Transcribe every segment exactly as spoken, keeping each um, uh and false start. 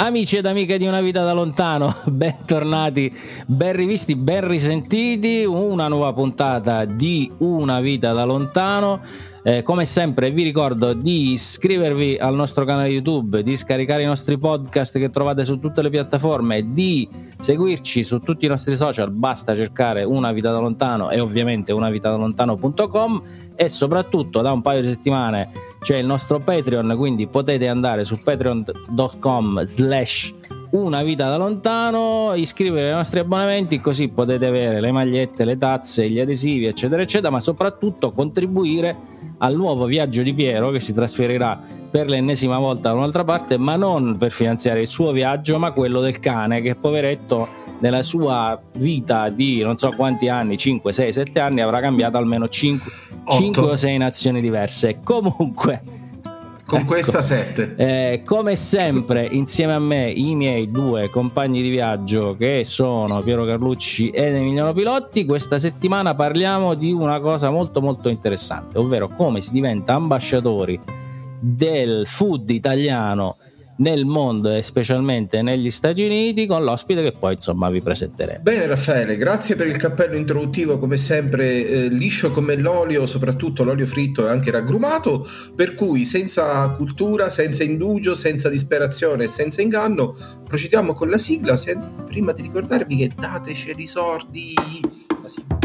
Amici ed amiche di Una Vita da Lontano, bentornati, ben rivisti, ben risentiti, una nuova puntata di Una Vita da Lontano. Eh, come sempre vi ricordo di iscrivervi al nostro canale YouTube, di scaricare i nostri podcast che trovate su tutte le piattaforme, di seguirci su tutti i nostri social, basta cercare Una Vita da Lontano e ovviamente unavitadalontano punto com, e soprattutto da un paio di settimane c'è il nostro Patreon, quindi potete andare su patreon punto com slash Una Vita da Lontano, iscrivervi ai nostri abbonamenti, così potete avere le magliette, le tazze, gli adesivi eccetera eccetera, ma soprattutto contribuire al nuovo viaggio di Piero, che si trasferirà per l'ennesima volta da un'altra parte, ma non per finanziare il suo viaggio, ma quello del cane, che poveretto nella sua vita di non so quanti anni, cinque, sei, sette anni, avrà cambiato almeno cinque, cinque o sei nazioni diverse. Comunque con ecco, questa sette eh, come sempre insieme a me i miei due compagni di viaggio, che sono Piero Carlucci ed Emiliano Pilotti. Questa settimana parliamo di una cosa molto molto interessante, ovvero come si diventa ambasciatori del food italiano nel mondo e specialmente negli Stati Uniti, con l'ospite che poi insomma vi presenteremo. Bene Raffaele, grazie per il cappello introduttivo, come sempre eh, liscio come l'olio, soprattutto l'olio fritto e anche raggrumato, per cui senza cultura, senza indugio, senza disperazione e senza inganno procediamo con la sigla, se... prima di ricordarvi che dateci i sordi. La sigla.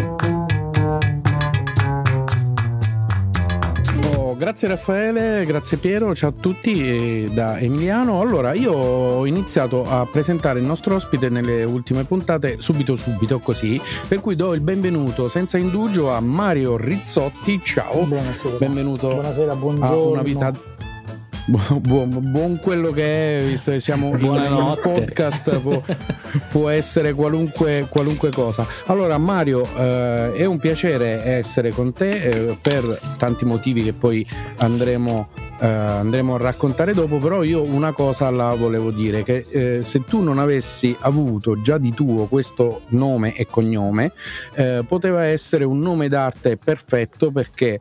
Grazie Raffaele, grazie Piero, ciao a tutti da Emiliano. Allora, io ho iniziato a presentare il nostro ospite nelle ultime puntate subito subito così, per cui do il benvenuto senza indugio a Mario Rizzotti. Ciao. Buonasera. Benvenuto. Buonasera, buongiorno. A Una Vita... Buon, buon, buon quello che è, visto che siamo in un podcast, può, può essere qualunque, qualunque cosa. Allora Mario, eh, è un piacere essere con te eh, per tanti motivi che poi andremo, eh, andremo a raccontare dopo, però io una cosa la volevo dire, che eh, se tu non avessi avuto già di tuo questo nome e cognome, eh, poteva essere un nome d'arte perfetto, perché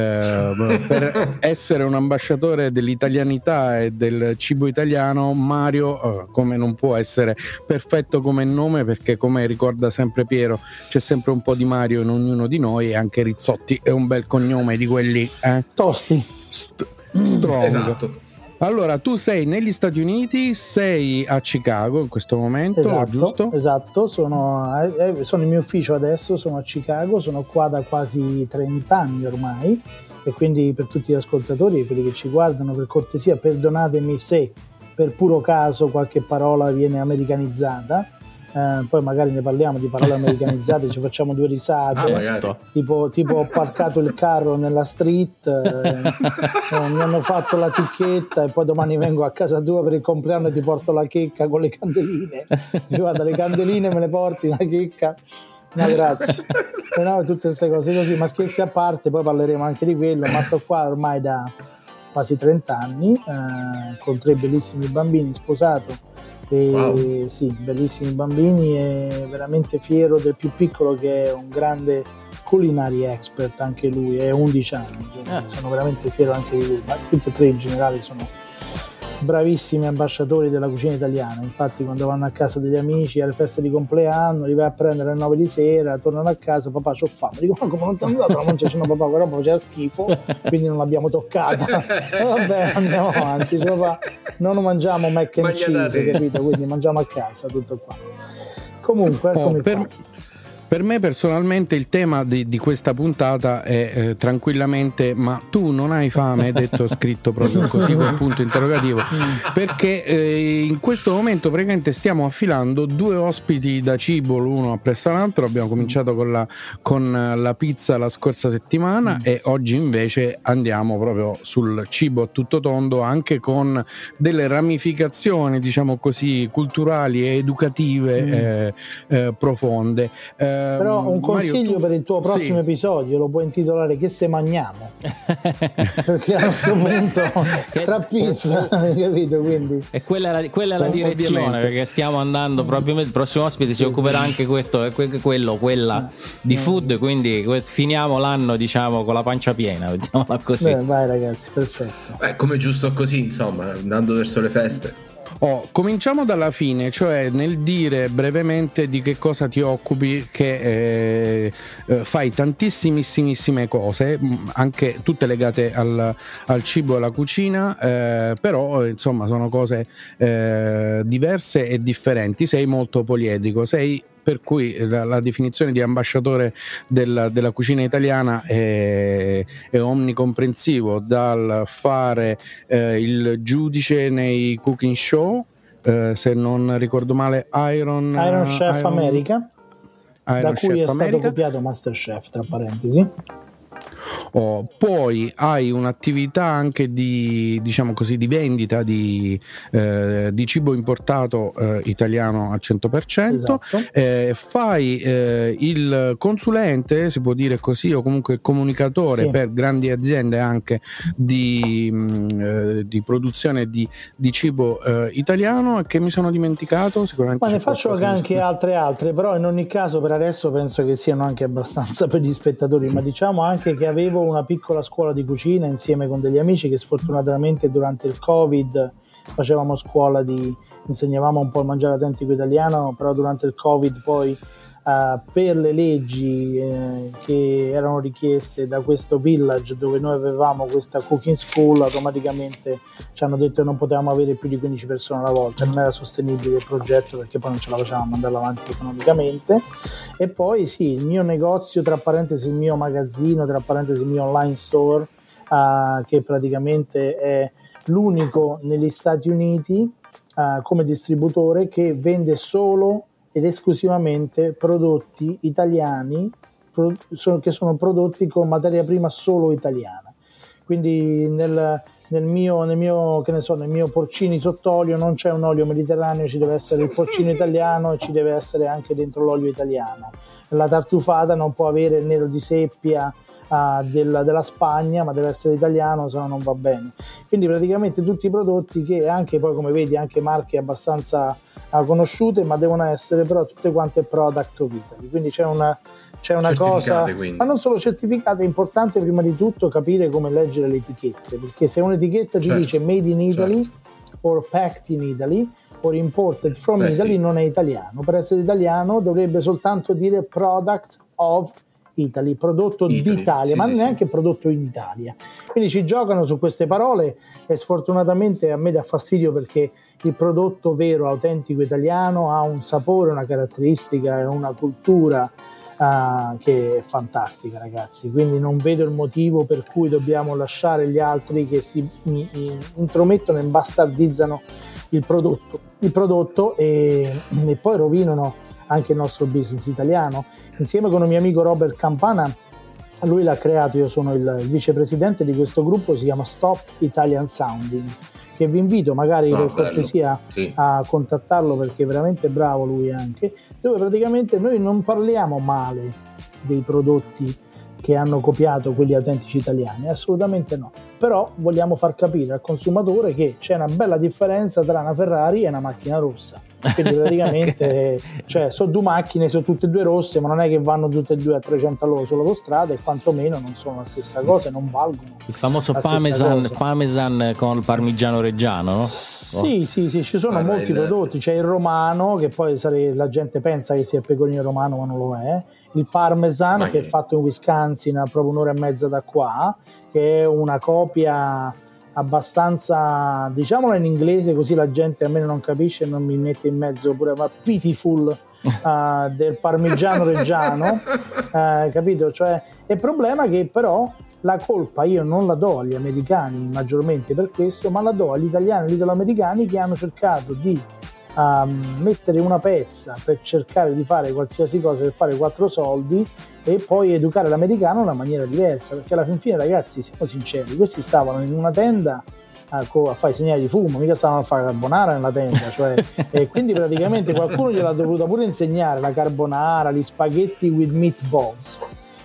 eh, per essere un ambasciatore dell'Italia italianità e del cibo italiano, Mario eh, come non può essere perfetto come nome, perché come ricorda sempre Piero c'è sempre un po' di Mario in ognuno di noi, e anche Rizzotti è un bel cognome di quelli eh? tosti, St- strong. Esatto. Allora, tu sei negli Stati Uniti, sei a Chicago in questo momento, esatto, giusto? Esatto, sono, eh, sono in mio ufficio adesso, sono a Chicago, sono qua da quasi trenta anni ormai, e quindi per tutti gli ascoltatori, quelli che ci guardano, per cortesia perdonatemi se per puro caso qualche parola viene americanizzata, eh, poi magari ne parliamo di parole americanizzate, ci facciamo due risate, ah, tipo, tipo ho parcato il carro nella street, eh, eh, mi hanno fatto la ticchetta e poi domani vengo a casa tua per il compleanno e ti porto la checca con le candeline. Guarda, le candeline me le porti, la checca. No, grazie. No, tutte queste cose così, ma scherzi a parte, poi parleremo anche di quello. Ma sto qua ormai da quasi trenta anni, eh, con tre bellissimi bambini, sposato, e wow. Sì, bellissimi bambini, e veramente fiero del più piccolo, che è un grande culinary expert anche lui, è undici anni, eh. Sono veramente fiero anche di lui, ma tutti e tre in generale sono bravissimi ambasciatori della cucina italiana. Infatti quando vanno a casa degli amici alle feste di compleanno, li vai a prendere alle nove di sera, tornano a casa, papà c'ho fame, dico ma come non ti hanno dato la mangiare? No papà, quella roba faceva schifo, quindi non l'abbiamo toccata. Vabbè, andiamo avanti, cioè, papà, non lo mangiamo mac and cheese, capito? Quindi mangiamo a casa, tutto qua. Comunque eccomi oh, per... qua. Per me personalmente il tema di, di questa puntata è eh, tranquillamente ma tu non hai fame, detto scritto proprio così con punto interrogativo, perché eh, in questo momento praticamente stiamo affilando due ospiti da cibo l'uno appresso all'altro. Abbiamo cominciato con la, con la pizza la scorsa settimana mm. e oggi invece andiamo proprio sul cibo a tutto tondo, anche con delle ramificazioni diciamo così culturali e educative mm. eh, eh, profonde. Eh, Però un consiglio Mario, tu... per il tuo prossimo sì. episodio lo puoi intitolare Che se magniamo? Perché a questo punto tra pizza, capito? Quindi e quella è la, quella è la direzione, ovviamente. Perché stiamo andando proprio, il prossimo ospite si sì, occuperà sì. anche questo, quello, quella di food, quindi finiamo l'anno diciamo con la pancia piena, mettiamola così. Beh, vai ragazzi, perfetto. Beh, come giusto così, insomma, andando verso le feste. Oh, cominciamo dalla fine, cioè nel dire brevemente di che cosa ti occupi, che eh, eh, fai tantissimissime cose, anche tutte legate al, al cibo e alla cucina, eh, però insomma sono cose eh, diverse e differenti. Sei molto poliedrico, sei per cui la, la definizione di ambasciatore della, della cucina italiana è, è omnicomprensivo, dal fare eh, il giudice nei cooking show, eh, se non ricordo male Iron, Iron Chef Iron, America, Iron da cui Chef è America. stato copiato Masterchef, tra parentesi. Oh, poi hai un'attività anche di, diciamo così, di vendita di, eh, di cibo importato eh, italiano al cento per cento. Esatto. Eh, fai eh, il consulente, si può dire così, o comunque il comunicatore, sì, per grandi aziende anche di, mh, eh, di produzione di, di cibo eh, italiano. Che mi sono dimenticato sicuramente. Ma ne faccio anche altre altre, però in ogni caso per adesso penso che siano anche abbastanza per gli spettatori, ma diciamo anche che avevo una piccola scuola di cucina insieme con degli amici che sfortunatamente durante il Covid facevamo scuola di, insegnavamo un po' il mangiare autentico italiano, però durante il Covid poi uh, per le leggi eh, che erano richieste da questo village dove noi avevamo questa cooking school, automaticamente ci hanno detto che non potevamo avere più di quindici persone alla volta, non era sostenibile il progetto perché poi non ce la facevamo andare avanti economicamente. E poi sì, il mio negozio, tra parentesi il mio magazzino, tra parentesi il mio online store, uh, che praticamente è l'unico negli Stati Uniti uh, come distributore che vende solo ed esclusivamente prodotti italiani pro- so- che sono prodotti con materia prima solo italiana. Quindi nel, nel mio, nel mio, che ne so, nel mio porcini sott'olio non c'è un olio mediterraneo, ci deve essere il porcino italiano e ci deve essere anche dentro l'olio italiano. La tartufata non può avere il nero di seppia uh, della, della Spagna, ma deve essere italiano, se no non va bene. Quindi praticamente tutti i prodotti che anche poi, come vedi, anche marche abbastanza uh, conosciute, ma devono essere però tutte quante product of Italy. Quindi c'è una c'è una cosa, quindi. Ma non solo certificate, è importante prima di tutto capire come leggere le etichette, perché se un'etichetta ci certo. dice made in Italy, certo. or packed in Italy or imported from Beh, Italy, sì. non è italiano. Per essere italiano dovrebbe soltanto dire product of Italy, prodotto Italy. d'Italia, sì, ma sì, neanche sì. prodotto in Italia. Quindi ci giocano su queste parole e sfortunatamente a me dà fastidio, perché il prodotto vero, autentico italiano ha un sapore, una caratteristica e una cultura Uh, che è fantastica, ragazzi. Quindi non vedo il motivo per cui dobbiamo lasciare gli altri che si mi, mi intromettono e bastardizzano il prodotto, il prodotto e, e poi rovinano anche il nostro business italiano. Insieme con un mio amico Robert Campana, lui l'ha creato, io sono il, il vicepresidente di questo gruppo, si chiama Stop Italian Sounding, che vi invito magari no, per cortesia sì. a contattarlo, perché è veramente bravo lui anche, dove praticamente noi non parliamo male dei prodotti che hanno copiato quelli autentici italiani, assolutamente no, però vogliamo far capire al consumatore che c'è una bella differenza tra una Ferrari e una macchina rossa. Quindi praticamente okay. cioè, sono due macchine, sono tutte e due rosse, ma non è che vanno tutte e due a trecento all'ora sull'autostrada, e quantomeno non sono la stessa cosa e non valgono il famoso parmesan, parmesan con il parmigiano reggiano, no? Sì, oh. sì, sì, ci sono ah, molti il... prodotti. C'è il romano, che poi sare... la gente pensa che sia il pecorino romano, ma non lo è. Il parmesan, ma che è fatto in Wisconsin, a proprio un'ora e mezza da qua, che è una copia abbastanza, diciamola in inglese così la gente almeno non capisce e non mi mette in mezzo pure, ma pitiful uh, del parmigiano reggiano, uh, capito? Cioè, il problema è che però la colpa io non la do agli americani maggiormente per questo, ma la do agli italiani e agli italoamericani che hanno cercato di um, mettere una pezza per cercare di fare qualsiasi cosa per fare quattro soldi e poi educare l'americano in una maniera diversa, perché alla fin fine, ragazzi, siamo sinceri, questi stavano in una tenda a, a fare segnali di fumo, mica stavano a fare carbonara nella tenda, cioè, e quindi praticamente qualcuno gliel'ha dovuta pure insegnare la carbonara, gli spaghetti with meatballs.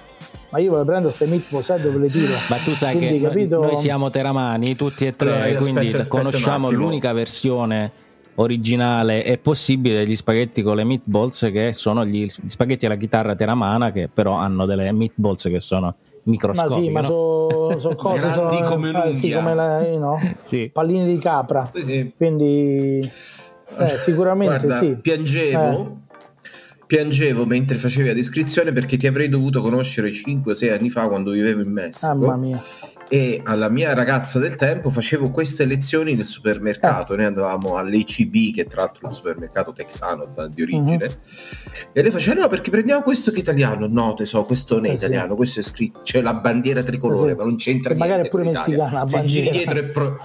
Ma io ve le prendo queste meatballs, sai dove le tiro? Ma tu sai quindi, che capito... noi siamo teramani tutti e tre, allora, quindi aspetta, aspetta conosciamo l'unica versione originale è possibile degli spaghetti con le meatballs, che sono gli spaghetti alla chitarra teramana, che però hanno delle meatballs che sono microscopiche. Ma sì, ma no? sono so cose so, come eh, sì, come la, no? Sì. Palline di capra. Sì, sì. Quindi eh, sicuramente Guarda, sì. piangevo Eh. piangevo mentre facevi la descrizione, perché ti avrei dovuto conoscere cinque o sei anni fa quando vivevo in Messico. Mamma mia. E alla mia ragazza del tempo facevo queste lezioni nel supermercato. Eh. Noi andavamo all'H E B, che tra l'altro è un supermercato texano di origine, uh-huh. e lei faceva no, perché prendiamo questo che è italiano. No tesoro, questo non è eh italiano, sì. Questo è scritto, c'è la bandiera tricolore, eh sì. ma non c'entra che niente, magari è pure messicana, se giri dietro è pro...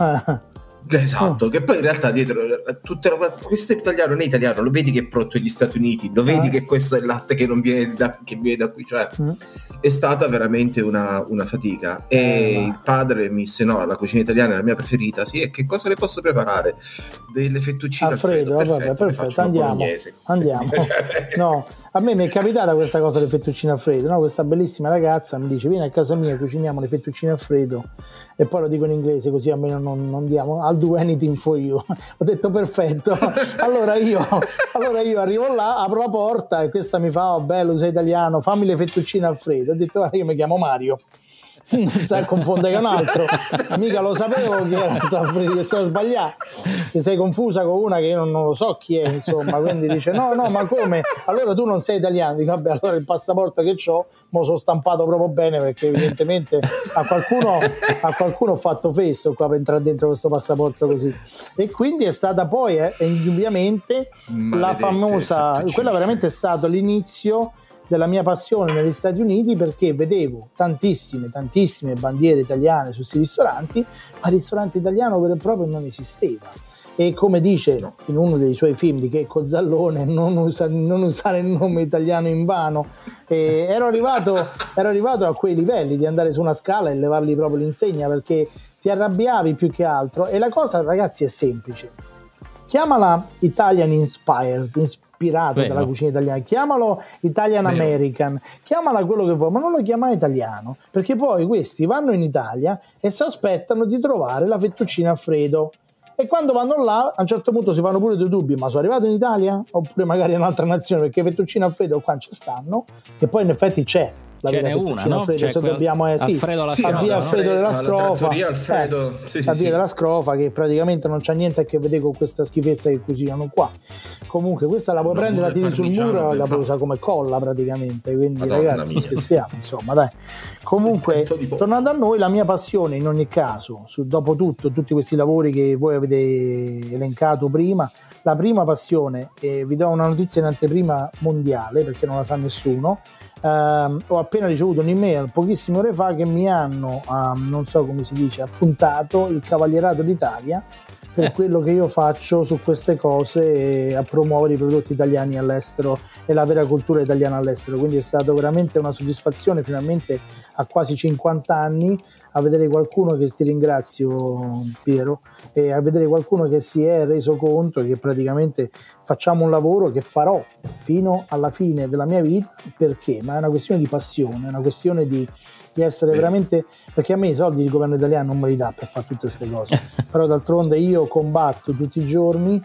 Esatto, oh. Che poi in realtà dietro tutta la, questo è italiano, non è italiano, lo vedi che è prodotto negli Stati Uniti, lo vedi ah. che questo è il latte che non viene da, che viene da qui, cioè mm. è stata veramente una, una fatica. E eh, il padre mi disse no, la cucina italiana è la mia preferita. Sì, e che cosa le posso preparare? Delle fettuccine Alfredo, Alfredo, vabbè, perfetto, perfetto. Andiamo, andiamo. No, a me mi è capitata questa cosa delle fettuccine Alfredo, no? Questa bellissima ragazza mi dice vieni a casa mia, cuciniamo le fettuccine Alfredo, e poi lo dico in inglese così almeno non, non diamo I'll do anything for you. Ho detto perfetto. Allora io, allora io arrivo là, apro la porta e questa mi fa oh bello, sei italiano, fammi le fettuccine Alfredo. Ho detto ah, io mi chiamo Mario. Non sai confondere con un altro, mica lo sapevo che era che stava sbagliato, ti sei confusa con una che io non, non lo so chi è, insomma, quindi dice no no ma come, allora tu non sei italiano. Dico vabbè, allora il passaporto che c'ho mo sono stampato proprio bene, perché evidentemente a qualcuno a qualcuno ho fatto fesso qua per entrare dentro questo passaporto così. E quindi è stata poi eh, indubbiamente Maledette la famosa, quella veramente è stato l'inizio della mia passione negli Stati Uniti, perché vedevo tantissime, tantissime bandiere italiane su questi ristoranti, ma il ristorante italiano vero e proprio non esisteva. E come dice no. in uno dei suoi film di Checco Zallone, non, usa, non usare il nome italiano in vano. E ero arrivato, ero arrivato a quei livelli di andare su una scala e levargli proprio l'insegna, perché ti arrabbiavi più che altro. E la cosa, ragazzi, è semplice. Chiamala Italian Inspired, ispirato Beh, dalla no. cucina italiana, chiamalo Italian Beh, American, no. chiamala quello che vuoi, ma non lo chiama italiano, perché poi questi vanno in Italia e si aspettano di trovare la fettuccina Alfredo, e quando vanno là a un certo punto si fanno pure dei dubbi, ma sono arrivato in Italia oppure magari in un'altra nazione, perché fettuccine Alfredo qua ci stanno, e poi in effetti c'è la ce n'è una, no? Alfredo, se dobbiamo eh, sì, Alfredo la sì, Scrofa, via Alfredo no? della Scrofa, Alfredo, eh, sì, la sì, via sì. della Scrofa, che praticamente non c'ha niente a che vedere con questa schifezza che cucinano qua. Comunque questa la puoi no, prendere, la tiri sul muro e la puoi usare come colla praticamente, quindi Madonna ragazzi mia. Scherziamo, insomma dai. Comunque tornando a noi, la mia passione in ogni caso, su, dopo tutto tutti questi lavori che voi avete elencato prima, la prima passione, e vi do una notizia in anteprima mondiale perché non la sa nessuno. Uh, ho appena ricevuto un'email pochissime ore fa che mi hanno, uh, non so come si dice, appuntato il Cavalierato d'Italia per eh. quello che io faccio su queste cose, a promuovere i prodotti italiani all'estero e la vera cultura italiana all'estero. Quindi è stata veramente una soddisfazione, finalmente a quasi cinquanta anni, a vedere qualcuno, che ti ringrazio Piero, e a vedere qualcuno che si è reso conto che praticamente facciamo un lavoro che farò fino alla fine della mia vita. Perché? Ma è una questione di passione, è una questione di, di essere Beh. veramente, perché a me i soldi del governo italiano non me li dà per fare tutte queste cose, però d'altronde io combatto tutti i giorni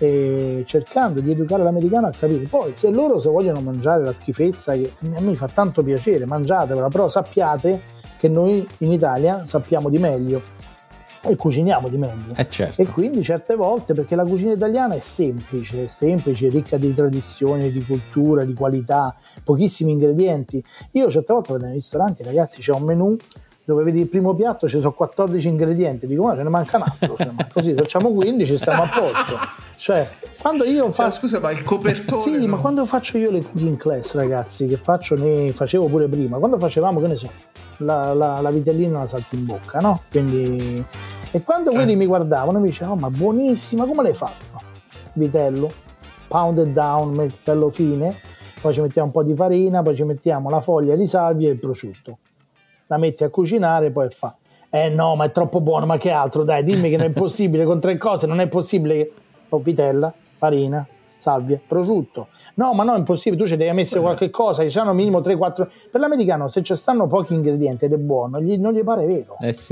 eh, cercando di educare l'americano a capire. Poi se loro se vogliono mangiare la schifezza, che a me fa tanto piacere, mangiatevela, però sappiate che noi in Italia sappiamo di meglio e cuciniamo di meglio, eh certo. E quindi certe volte, perché la cucina italiana è semplice, è semplice, ricca di tradizioni, di cultura, di qualità, pochissimi ingredienti. Io certe volte vado nei ristoranti, ragazzi, c'è un menù dove vedi il primo piatto, ci sono quattordici ingredienti, dico ma ce ne manca un altro, così facciamo quindici, stiamo a posto. Cioè quando io faccio, cioè, scusa, ma il copertone sì, no? ma quando faccio io le cooking class, ragazzi, che faccio, ne facevo pure prima, quando facevamo, che ne so, la, la, la vitellina la saltimbocca, no? Quindi, e quando quelli eh. mi guardavano mi dicevano oh, ma buonissima, come l'hai fatto? Vitello pounded down, vitello fine, poi ci mettiamo un po' di farina, poi ci mettiamo la foglia di salvia e il prosciutto, la metti a cucinare, poi fa eh no ma è troppo buono, ma che altro, dai dimmi che non è possibile, con tre cose non è possibile che... oh, vitella, farina, salvia, prosciutto, no ma no è impossibile, tu ci devi mettere qualche cosa, ci sono minimo tre quattro. Per l'americano se ci stanno pochi ingredienti ed è buono, gli, non gli pare vero, eh sì,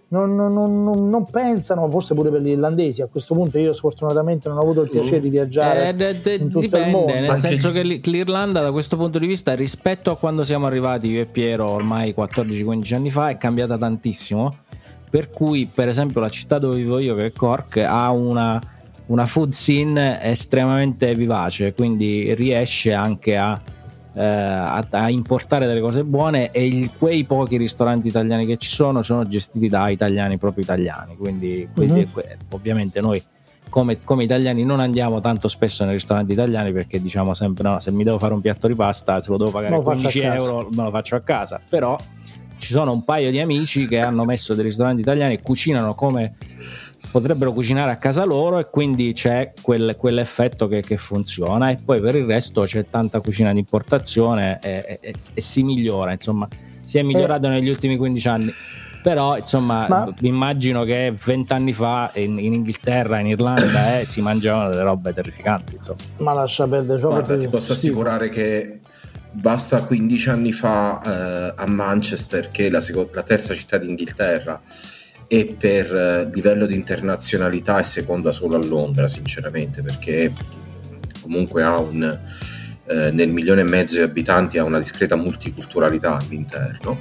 non, non, non, non pensano, forse pure per gli irlandesi. A questo punto io sfortunatamente non ho avuto il piacere di viaggiare eh, de, de, in tutto dipende, il mondo. nel Anche... senso che l'Irlanda da questo punto di vista rispetto a quando siamo arrivati io e Piero ormai quattordici quindici anni fa è cambiata tantissimo, per cui per esempio la città dove vivo io, che è Cork, ha una, una food scene estremamente vivace, quindi riesce anche a eh, a, a importare delle cose buone, e il, quei pochi ristoranti italiani che ci sono sono gestiti da italiani proprio italiani, quindi, quindi mm-hmm. ovviamente noi come, come italiani non andiamo tanto spesso nei ristoranti italiani, perché diciamo sempre no, se mi devo fare un piatto di pasta se lo devo pagare quindici euro, me lo faccio a casa. Però ci sono un paio di amici che hanno messo dei ristoranti italiani e cucinano come potrebbero cucinare a casa loro, e quindi c'è quel, quell'effetto che, che funziona. E poi per il resto c'è tanta cucina di importazione e, e, e si migliora, insomma si è migliorato eh. negli ultimi quindici anni. Però insomma Ma... immagino che vent'anni fa in, in Inghilterra, in Irlanda eh, si mangiavano delle robe terrificanti, insomma. Ma lascia perdere. Guarda, ti posso assicurare sì. che basta quindici anni fa eh, a Manchester, che è la, seco- la terza città d'Inghilterra, e per eh, livello di internazionalità è seconda solo a Londra, sinceramente, perché comunque ha un eh, nel milione e mezzo di abitanti ha una discreta multiculturalità all'interno,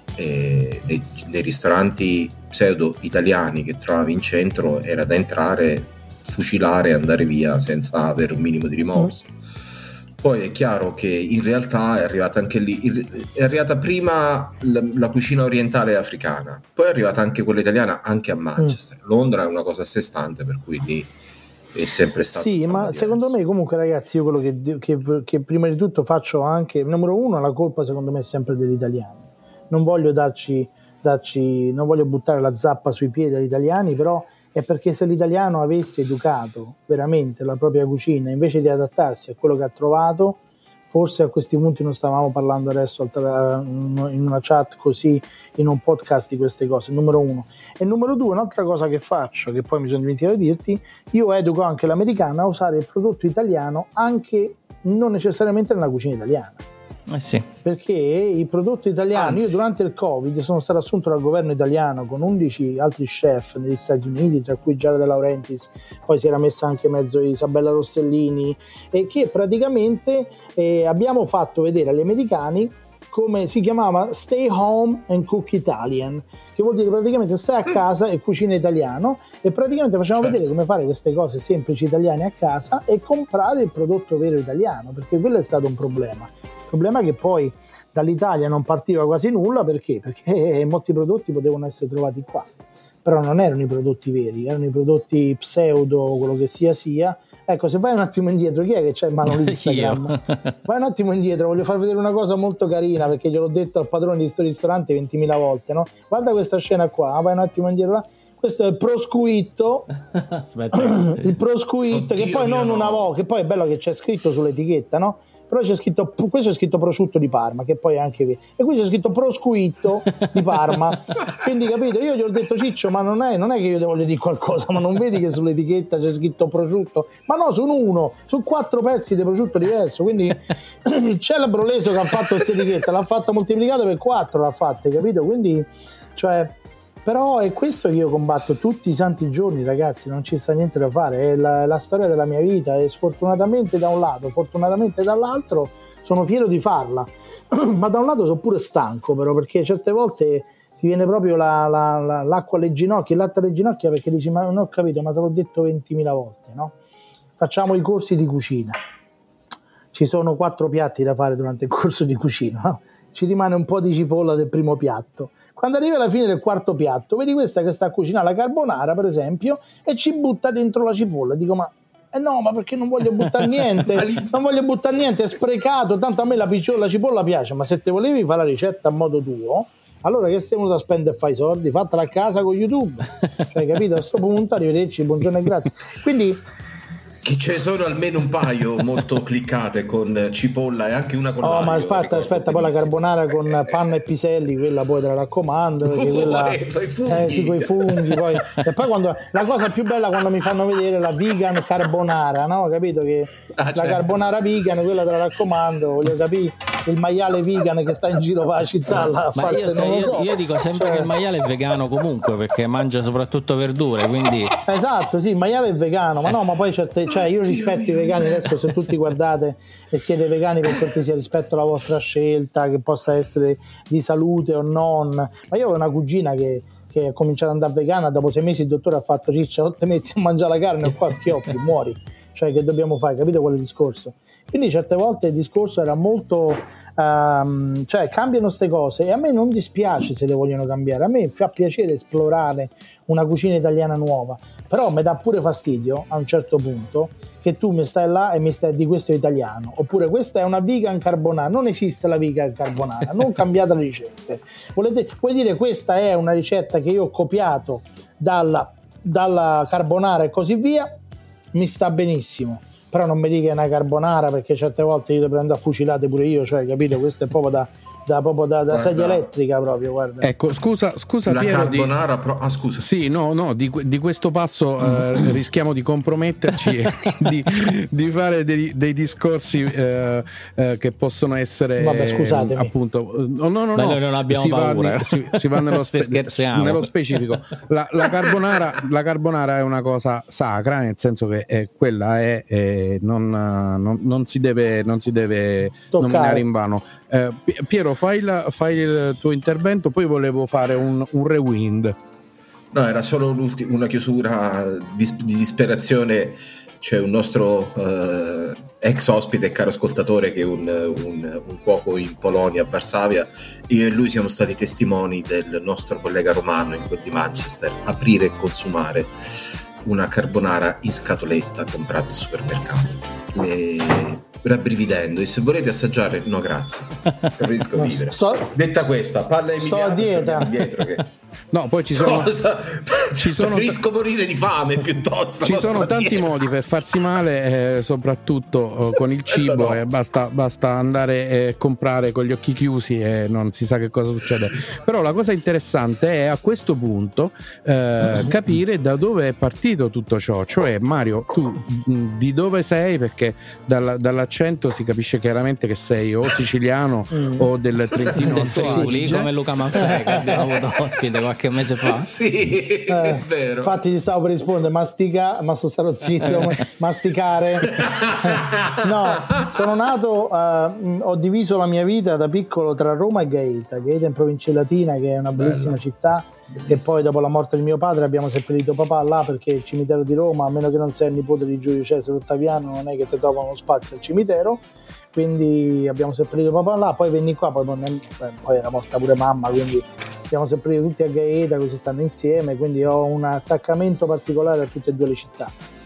e nei, nei ristoranti pseudo italiani che trovavi in centro era da entrare, fucilare e andare via senza avere un minimo di rimorso. Mm. Poi è chiaro che in realtà è arrivata anche lì, è arrivata prima la, la cucina orientale africana, poi è arrivata anche quella italiana anche a Manchester. Mm. Londra è una cosa a sé stante, per cui lì è sempre stato. Sì, ma diverso. Secondo me comunque ragazzi, io quello che, che, che prima di tutto faccio anche, numero uno, la colpa secondo me è sempre degli italiani. Non voglio darci, darci non voglio buttare la zappa sui piedi agli italiani, però è perché se l'italiano avesse educato veramente la propria cucina invece di adattarsi a quello che ha trovato, forse a questi punti non stavamo parlando adesso in una chat così, in un podcast, di queste cose, numero uno. E numero due, un'altra cosa che faccio, che poi mi sono dimenticato di dirti, io educo anche l'americana a usare il prodotto italiano anche non necessariamente nella cucina italiana. Eh sì. Perché il prodotto italiano, Anzi. io durante il Covid sono stato assunto dal governo italiano con undici altri chef negli Stati Uniti, tra cui Giada De Laurentiis, poi si era messa anche mezzo Isabella Rossellini, e che praticamente eh, abbiamo fatto vedere agli americani come si chiamava Stay Home and Cook Italian, che vuol dire praticamente stai a casa e cucina italiano, e praticamente facciamo certo. vedere come fare queste cose semplici italiane a casa e comprare il prodotto vero italiano, perché quello è stato un problema. Il problema è che poi dall'Italia non partiva quasi nulla, perché? Perché molti prodotti potevano essere trovati qua, però non erano i prodotti veri, erano i prodotti pseudo, quello che sia sia. Ecco, se vai un attimo indietro, chi è che c'è in mano l'Instagram? Vai un attimo indietro, voglio far vedere una cosa molto carina, perché gliel'ho detto al padrone di questo ristorante ventimila volte, no? Guarda questa scena qua, vai un attimo indietro là. Questo è il prosciutto, il prosciutto, che poi non una volta, che poi è bello che c'è scritto sull'etichetta, no? Però c'è scritto, questo è scritto prosciutto di Parma, che poi è anche vero, e qui c'è scritto prosciutto di Parma. Quindi capito, io gli ho detto Ciccio, ma non è, non è che io ti voglio dire qualcosa, ma non vedi che sull'etichetta c'è scritto prosciutto? Ma no, sono uno, su quattro pezzi di prosciutto diverso. Quindi il celebro leso che ha fatto questa etichetta l'ha fatta moltiplicata per quattro, l'ha fatta, capito? Quindi, cioè, però è questo che io combatto tutti i santi giorni, ragazzi, non ci sta niente da fare, è la, la storia della mia vita, e sfortunatamente da un lato, fortunatamente dall'altro sono fiero di farla, ma da un lato sono pure stanco, però, perché certe volte ti viene proprio la, la, la, l'acqua alle ginocchia, il latte alle ginocchia, perché dici ma non ho capito, ma te l'ho detto ventimila volte, no? Facciamo i corsi di cucina, ci sono quattro piatti da fare durante il corso di cucina, no? Ci rimane un po' di cipolla del primo piatto. Quando arrivi alla fine del quarto piatto, vedi questa che sta a cucinare la carbonara, per esempio, e ci butta dentro la cipolla. Dico, ma eh no, ma perché non voglio buttare niente? Non voglio buttare niente, è sprecato. Tanto a me la, la cipolla piace, ma se te volevi fare la ricetta a modo tuo, allora che sei venuto a spendere e fai i soldi? Fatela a casa con YouTube. Cioè, capito? A questo punto, arrivederci, buongiorno e grazie. Quindi... che ce ne sono almeno un paio molto cliccate con cipolla e anche una con l'aglio. Oh, ma aspetta, aspetta, poi la carbonara con panna e piselli, quella poi te la raccomando, perché oh, quella eh, fai funghi. Eh, sì, coi funghi poi. E poi quando la cosa più bella quando mi fanno vedere la vegan carbonara, no? Capito che ah, la certo. carbonara vegan, quella te la raccomando, voglio capire. il maiale vegan che sta in giro per la città là, a farsi, io, non lo io, so. io dico sempre Cioè- che il maiale è vegano comunque, perché mangia soprattutto verdure, quindi Esatto, sì, il maiale è vegano, ma no, ma poi certe, cioè io rispetto i vegani adesso, se tutti guardate e siete vegani, per cortesia rispetto alla vostra scelta, che possa essere di salute o non, ma io ho una cugina che, che è cominciata ad andare vegana, dopo sei mesi il dottore ha fatto ciccia, non ti metti a mangiare la carne e qua schioppi, muori, cioè che dobbiamo fare, capito quel discorso? Quindi certe volte il discorso era molto... Um, cioè cambiano ste cose e a me non dispiace se le vogliono cambiare, a me fa piacere esplorare una cucina italiana nuova, però mi dà pure fastidio a un certo punto che tu mi stai là e mi stai di questo è italiano, oppure questa è una vegan carbonara, non esiste la vegan carbonara, non cambiate le ricette. Volete, vuol dire questa è una ricetta che io ho copiato dalla, dalla carbonara e così via, mi sta benissimo, però non mi dica che è una carbonara, perché certe volte io ti prendo a fucilate pure io, cioè capito, questo è proprio da, da, proprio da, da sedia elettrica proprio, guarda. Ecco, scusa, scusa La Piero, carbonara di... pro... ah scusa sì, no, no, di, di questo passo eh, rischiamo di comprometterci e di, di fare dei, dei discorsi eh, eh, che possono essere Vabbè, scusatemi. appunto no, no, no, Beh, no. noi non abbiamo si paura, va, si, si va nello, spe- nello specifico. La, la, carbonara, la carbonara è una cosa sacra, nel senso che è, quella è, è non, non, non si deve, non si deve nominare in vano. Eh, Piero, fai, la, fai il tuo intervento, poi volevo fare un, un rewind. No, era solo una chiusura di, di disperazione. C'è un nostro eh, ex ospite e caro ascoltatore che è un, un, un cuoco in Polonia, a Varsavia. Io e lui siamo stati testimoni del nostro collega romano in quel di Manchester aprire e consumare una carbonara in scatoletta comprata al supermercato. E... rabbrividendo, e se volete assaggiare, no grazie, preferisco No, vivere. sto- Detta questa, palla sto a dieta. dietro che No, poi ci sono, cosa? ci sono Preferisco morire di fame piuttosto. ci non sono sto tanti dietro. modi per farsi male, eh, soprattutto eh, con il cibo, no. e basta, basta andare e comprare con gli occhi chiusi e non si sa che cosa succede. Però la cosa interessante è a questo punto eh, capire da dove è partito tutto ciò. Cioè, Mario, tu mh, di dove sei? Perché dalla, dall'accento si capisce chiaramente che sei o siciliano Mm. o del Trentino del Alto Friuli, Adige. come Luca Manfredi che abbiamo avuto ospite qualche mese fa. Sì, Eh, è vero. infatti gli stavo per rispondere, mastica, ma sono stato zitto, masticare. No, sono nato, eh, ho diviso la mia vita da piccolo tra Roma e Gaeta, Gaeta in provincia latina, che è una bellissima Bello. città. Bellissimo. E poi dopo la morte del mio padre abbiamo seppellito papà là, perché il cimitero di Roma, a meno che non sei il nipote di Giulio Cesare Ottaviano, non è che ti trovano spazio al cimitero, quindi abbiamo seppellito papà là, poi venni qua, poi, poi era morta pure mamma, quindi abbiamo seppellito tutti a Gaeta, così stanno insieme, quindi ho un attaccamento particolare a tutte e due le città,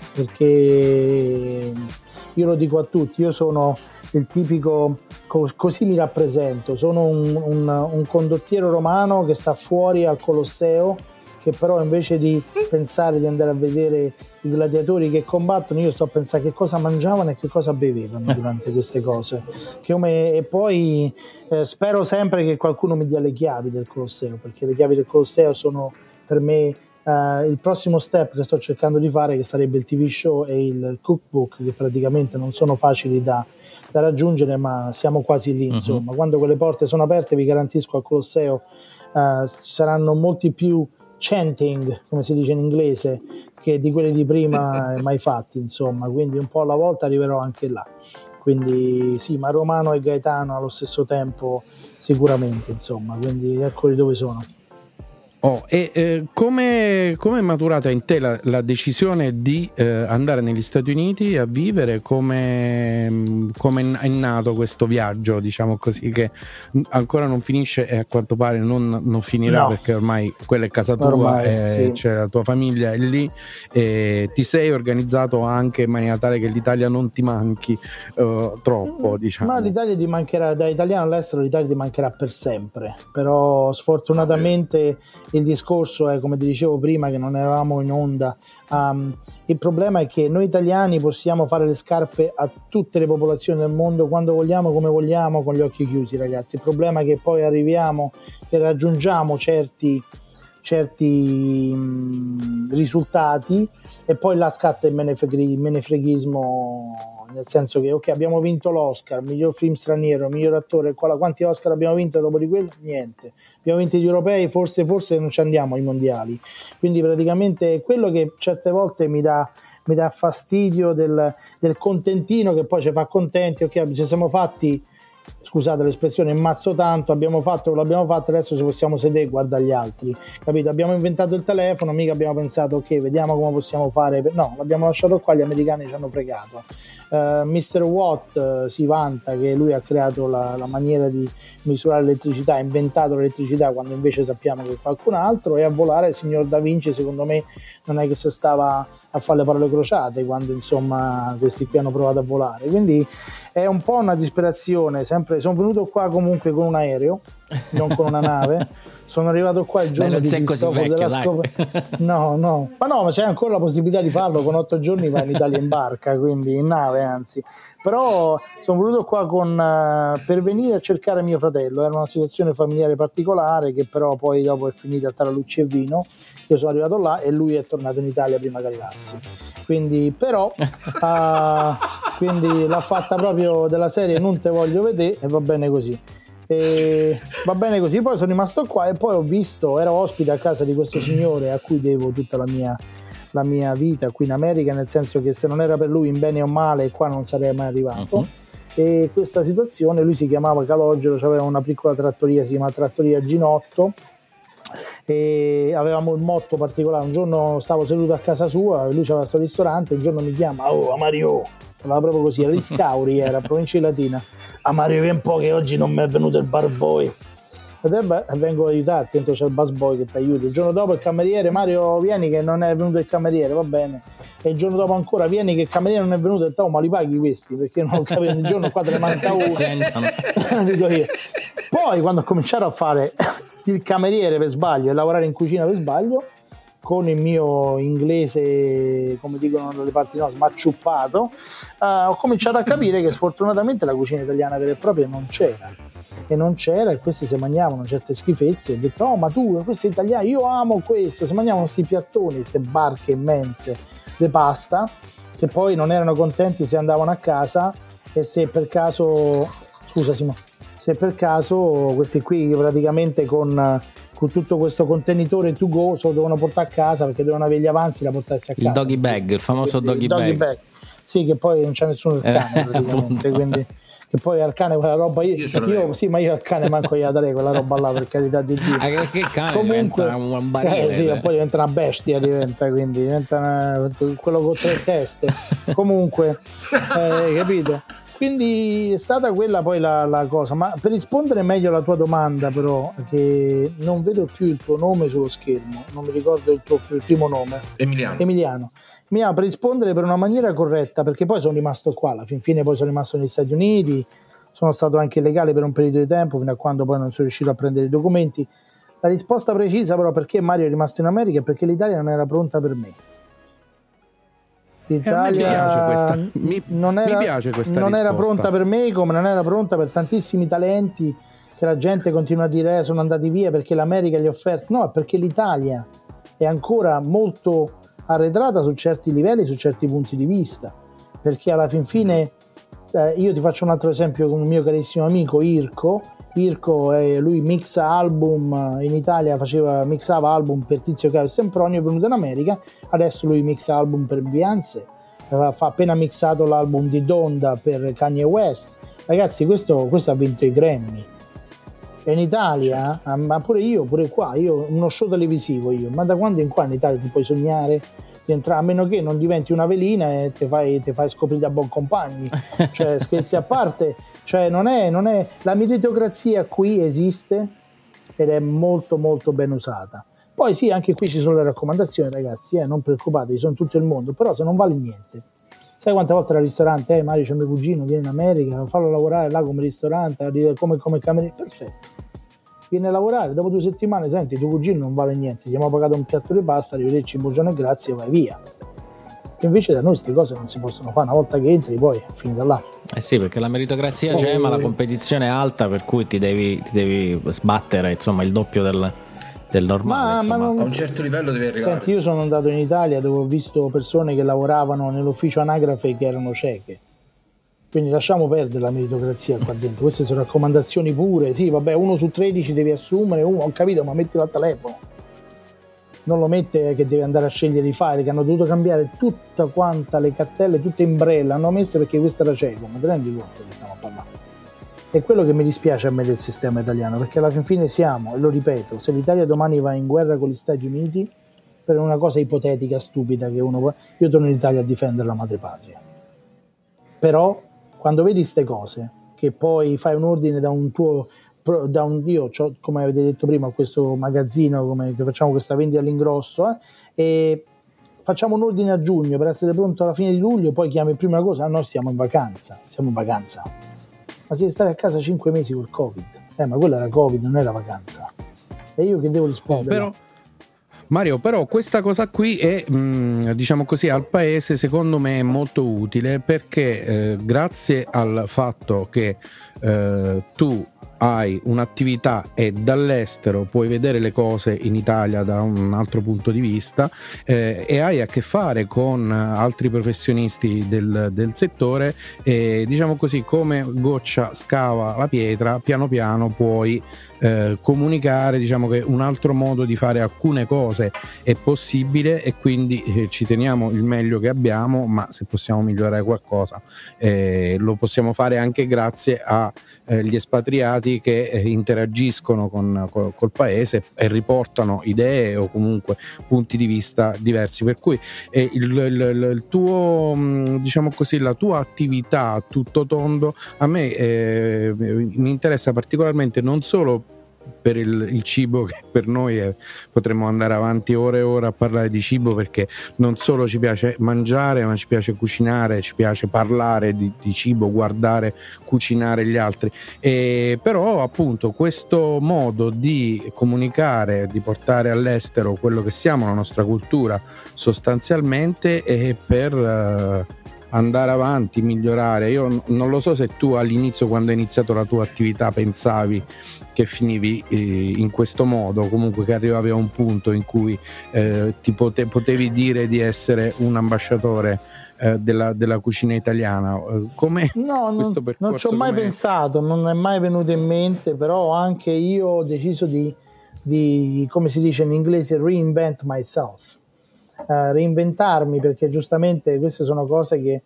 perché io lo dico a tutti, io sono il tipico, così mi rappresento, sono un, un, un condottiero romano che sta fuori al Colosseo, che però invece di pensare di andare a vedere i gladiatori che combattono, io sto a pensare che cosa mangiavano e che cosa bevevano durante queste cose. Che come, e poi eh, spero sempre che qualcuno mi dia le chiavi del Colosseo, perché le chiavi del Colosseo sono per me Uh, il prossimo step che sto cercando di fare, che sarebbe il T V show e il cookbook, che praticamente non sono facili da, da raggiungere, ma siamo quasi lì, insomma. Uh-huh. Quando quelle porte sono aperte, vi garantisco, al Colosseo uh, ci saranno molti più chanting, come si dice in inglese, che di quelli di prima mai fatti, insomma, quindi un po' alla volta arriverò anche là. Quindi sì, ma romano e gaetano allo stesso tempo sicuramente, insomma, quindi eccoli dove sono. Oh, e eh, come, come è maturata in te la, la decisione di eh, andare negli Stati Uniti a vivere? Come, come è nato questo viaggio, diciamo così, che ancora non finisce e a quanto pare non, non finirà, no. Perché ormai quella è casa tua, ormai, eh, sì. C'è la tua famiglia è lì, e ti sei organizzato anche in maniera tale che l'Italia non ti manchi eh, troppo, diciamo. Ma l'Italia ti mancherà, da italiano all'estero l'Italia ti mancherà per sempre, però sfortunatamente il discorso è, come ti dicevo prima, che non eravamo in onda. Um, il problema è che noi italiani possiamo fare le scarpe a tutte le popolazioni del mondo quando vogliamo, come vogliamo, con gli occhi chiusi, ragazzi. Il problema è che poi arriviamo e raggiungiamo certi certi mh, risultati e poi là scatta il menefreghi, menefreghismo nel senso che ok, abbiamo vinto l'Oscar, miglior film straniero, miglior attore, quanti Oscar abbiamo vinto dopo di quello? Niente. Abbiamo vinto gli europei, forse forse non ci andiamo ai mondiali, quindi praticamente quello che certe volte mi dà mi dà fastidio del, del contentino che poi ci fa contenti, ok, ci siamo fatti, scusate l'espressione, mazzo tanto, abbiamo fatto quello che abbiamo fatto, adesso ci possiamo sedere e guardare gli altri, capito? Abbiamo inventato il telefono, mica abbiamo pensato ok, vediamo come possiamo fare, no, l'abbiamo lasciato qua, gli americani ci hanno fregato. Uh, mister Watt uh, si vanta che lui ha creato la, la maniera di misurare l'elettricità, ha inventato l'elettricità quando invece sappiamo che qualcun altro, e a volare il signor Da Vinci secondo me non è che si stava a fare le parole crociate quando insomma questi qui hanno provato a volare, quindi è un po' una disperazione. Sempre sono venuto qua comunque con un aereo, non con una nave, sono arrivato qua il giorno di Cristoforo della scoperta, no no ma no ma c'è ancora la possibilità di farlo, con otto giorni vai in Italia in barca, quindi in nave anzi, però sono venuto qua con uh, per venire a cercare mio fratello, era una situazione familiare particolare che però poi dopo è finita tra luci e vino. Io sono arrivato là e lui è tornato in Italia prima che arrivassi, quindi però uh, quindi l'ha fatta proprio della serie non te voglio vedere e va bene così, e va bene così. Poi sono rimasto qua e poi ho visto, ero ospite a casa di questo signore a cui devo tutta la mia la mia vita qui in America, nel senso che se non era per lui in bene o male qua non sarei mai arrivato. Uh-huh. E questa situazione, lui si chiamava Calogero, aveva una piccola trattoria, si chiama Trattoria Ginotto, e avevamo il motto particolare. Un giorno stavo seduto a casa sua, lui aveva questo ristorante, un giorno mi chiama, oh Mario, parlava proprio così, era di Scauri, era provincia di Latina, a Mario vieni un po' che oggi non mi è venuto il barboy, e beh, vengo ad aiutarti, dentro c'è il busboy che ti aiuta. Il giorno dopo il cameriere, Mario vieni che non è venuto il cameriere, va bene, e il giorno dopo ancora vieni che il cameriere non è venuto, e ho detto, oh, ma li paghi questi? Perché non ho capito, il giorno qua te ne manca uno. Dico io. Poi quando ho cominciato a fare il cameriere per sbaglio e lavorare in cucina per sbaglio, con il mio inglese, come dicono dalle parti no, smacciuppato, uh, ho cominciato a capire che sfortunatamente la cucina italiana vera e propria non c'era. E non c'era, e questi si mangiavano certe schifezze, e ho detto, oh ma tu, questi italiani, io amo questo, si mangiavano questi piattoni, queste barche immense di pasta, che poi non erano contenti se andavano a casa, e se per caso, scusa Simo, se per caso questi qui praticamente con, con tutto questo contenitore to go se lo dovevano portare a casa, perché dovevano avere gli avanzi da portarsi a casa. Il doggy bag, il famoso doggy, doggy bag. bag. Sì, che poi non c'è nessuno il cane eh, praticamente, quindi che poi al cane quella roba io, io, io sì, ma io al cane manco gliela darei quella roba là, per carità di Dio. Ah, che, che cane comunque diventa un barile, eh, sì, poi diventa una bestia, diventa quindi diventa una, quello con tre teste. Comunque eh, capito? Quindi è stata quella poi la, la cosa. Ma per rispondere meglio alla tua domanda, però, che non vedo più il tuo nome sullo schermo, non mi ricordo il tuo il primo nome. Emiliano. Emiliano. Emiliano, per rispondere per una maniera corretta, perché poi sono rimasto qua, alla fin fine poi sono rimasto negli Stati Uniti, sono stato anche illegale per un periodo di tempo, fino a quando poi non sono riuscito a prendere i documenti. La risposta precisa però perché Mario è rimasto in America è perché l'Italia non era pronta per me. L'Italia mi piace questa, mi, non era, mi piace questa non risposta. era pronta per me, come non era pronta per tantissimi talenti che la gente continua a dire eh, sono andati via perché l'America gli ha offerto. No, è perché l'Italia è ancora molto arretrata su certi livelli, su certi punti di vista, perché alla fin fine eh, io ti faccio un altro esempio con un mio carissimo amico Irko. Irko eh, lui mixa album in Italia, faceva mixava album per Tizio Caio e Sempronio, è venuto in America, adesso lui mixa album per Beyoncé, ha appena mixato l'album di Donda per Kanye West. Ragazzi, questo, questo ha vinto i Grammy. E in Italia, certo. Ma pure io, pure qua, io uno show televisivo io, ma da quando in qua in Italia ti puoi sognare di entrare, a meno che non diventi una velina e te fai, te fai scoprire da buon compagni. Cioè, scherzi a parte, cioè non è, non è la meritocrazia qui esiste ed è molto molto ben usata. Poi sì, anche qui ci sono le raccomandazioni, ragazzi, eh, non preoccupatevi, sono tutto il mondo, però se non vale niente. Sai quante volte al ristorante, eh Mario c'è mio cugino, viene in America, fallo lavorare là come ristorante, come, come cameriere, perfetto. Viene a lavorare, dopo due settimane, senti, tuo cugino non vale niente, gli abbiamo pagato un piatto di pasta, arrivederci, buongiorno e grazie, vai via. E invece da noi queste cose non si possono fare, una volta che entri poi è finita là. Eh sì, perché la meritocrazia oh, c'è, ma la competizione è alta, per cui ti devi, ti devi sbattere, insomma, il doppio del, del normale. Ma, ma non... a un certo livello devi arrivare. Senti, io sono andato in Italia dove ho visto persone che lavoravano nell'ufficio anagrafe che erano cieche. Quindi lasciamo perdere la meritocrazia qua dentro, queste sono raccomandazioni pure. Sì, vabbè, uno su tredici devi assumere, uno, ho capito, ma mettilo al telefono, non lo mette che deve andare a scegliere i file, che hanno dovuto cambiare tutta quanta le cartelle, tutte in braille hanno messe perché questa era cieco, ma te rendi conto che stiamo parlando? È quello che mi dispiace a me del sistema italiano, perché alla fin fine siamo, e lo ripeto, se l'Italia domani va in guerra con gli Stati Uniti per una cosa ipotetica, stupida, che uno può, io torno in Italia a difendere la madrepatria. Però quando vedi queste cose, che poi fai un ordine da un tuo, da un, io come avete detto prima, questo magazzino, come che facciamo questa vendita all'ingrosso, eh, e facciamo un ordine a giugno per essere pronto alla fine di luglio, poi chiami prima cosa, ah no, siamo in vacanza, siamo in vacanza. Ma si deve stare a casa cinque mesi col Covid. Eh, ma quella era Covid, non era vacanza. E io che devo rispondere? Oh, però, Mario, però questa cosa qui è, mh, diciamo così, al paese secondo me è molto utile, perché eh, grazie al fatto che eh, tu hai un'attività e dall'estero puoi vedere le cose in Italia da un altro punto di vista, eh, e hai a che fare con altri professionisti del, del settore, e diciamo così, come goccia scava la pietra, piano piano puoi eh, comunicare, diciamo che un altro modo di fare alcune cose è possibile, e quindi eh, ci teniamo il meglio che abbiamo, ma se possiamo migliorare qualcosa eh, lo possiamo fare anche grazie agli espatriati che eh, interagiscono con, col, col paese e riportano idee o comunque punti di vista diversi, per cui eh, il, il, il tuo, diciamo così, la tua attività a tutto tondo a me eh, mi interessa particolarmente, non solo per il, il cibo, che per noi è, potremmo andare avanti ore e ore a parlare di cibo, perché non solo ci piace mangiare, ma ci piace cucinare, ci piace parlare di, di cibo, guardare cucinare gli altri, e però appunto questo modo di comunicare, di portare all'estero quello che siamo, la nostra cultura sostanzialmente, è per uh, andare avanti, migliorare. Io non lo so se tu all'inizio, quando hai iniziato la tua attività, pensavi che finivi eh, in questo modo, comunque che arrivavi a un punto in cui eh, ti pote- potevi dire di essere un ambasciatore eh, della, della cucina italiana. Come no, questo non, non ci ho mai come... pensato, non è mai venuto in mente, però anche io ho deciso di, di come si dice in inglese, reinvent myself. Uh, reinventarmi, perché giustamente queste sono cose che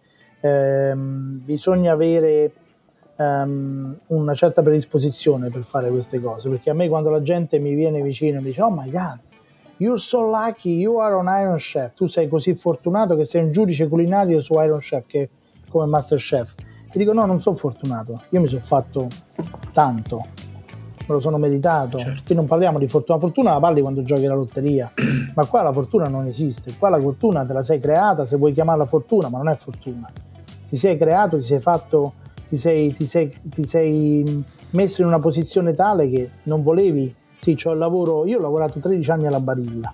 ehm, bisogna avere um, una certa predisposizione per fare queste cose, perché a me quando la gente mi viene vicino e mi dice oh my god, you're so lucky, you are on Iron Chef, tu sei così fortunato che sei un giudice culinario su Iron Chef, che è come Master Chef, e dico no, non sono fortunato, io mi sono fatto tanto, me lo sono meritato. Certo. Qui non parliamo di fortuna, fortuna la parli quando giochi la lotteria, ma qua la fortuna non esiste, qua la fortuna te la sei creata, se vuoi chiamarla fortuna, ma non è fortuna, ti sei creato, ti sei fatto, ti sei, ti sei, ti sei messo in una posizione tale che non volevi. Sì, c'ho il lavoro, io ho lavorato tredici anni alla Barilla,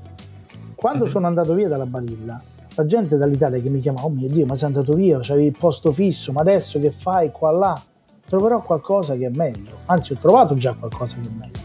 quando mm-hmm. sono andato via dalla Barilla, la gente dall'Italia che mi chiama, oh mio Dio, ma sei andato via, c'avevi il posto fisso, ma adesso che fai qua là? Troverò qualcosa che è meglio, anzi ho trovato già qualcosa che è meglio,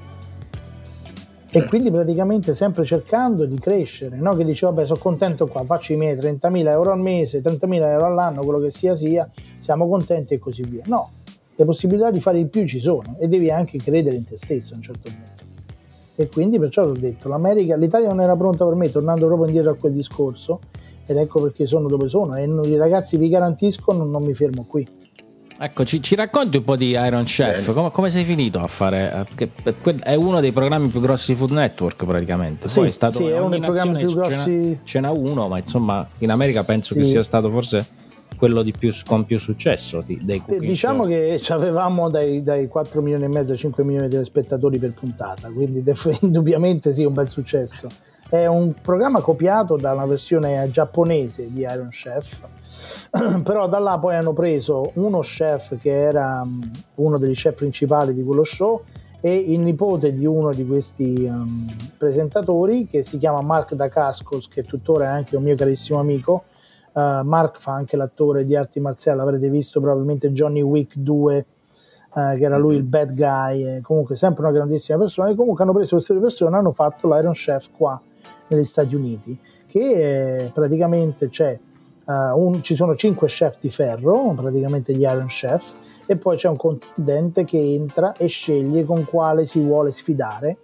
certo. E quindi praticamente sempre cercando di crescere, no? Che dice vabbè sono contento qua, faccio i miei trentamila euro al mese, trentamila euro all'anno, quello che sia sia, siamo contenti e così via. No, le possibilità di fare di più ci sono e devi anche credere in te stesso a un certo punto, e quindi perciò l'ho detto, l'America, l'Italia non era pronta per me, tornando proprio indietro a quel discorso, ed ecco perché sono dove sono, e i ragazzi vi garantisco non, non mi fermo qui. Ecco, ci, ci racconti un po' di Iron Chef, come, come sei finito a fare? Perché è uno dei programmi più grossi di Food Network praticamente. Sì, poi è stato sì, è uno dei programmi più grossi. Ce n'ha uno, ma insomma in America penso sì. che sia stato forse quello di più, con più successo di, dei cooking diciamo show. Che avevamo dai, dai quattro milioni e mezzo a cinque milioni di spettatori per puntata, quindi indubbiamente sì, un bel successo. È un programma copiato da una versione giapponese di Iron Chef, però da là poi hanno preso uno chef che era uno degli chef principali di quello show e il nipote di uno di questi um, presentatori, che si chiama Mark Dacascos, che tuttora è anche un mio carissimo amico. uh, Mark fa anche l'attore di arti marziali, avrete visto probabilmente Johnny Wick due, uh, che era lui il bad guy, e comunque sempre una grandissima persona, e comunque hanno preso queste due persone e hanno fatto l'Iron Chef qua negli Stati Uniti, che eh, praticamente c'è uh, un, ci sono cinque chef di ferro, praticamente gli Iron Chef, e poi c'è un contendente che entra e sceglie con quale si vuole sfidare,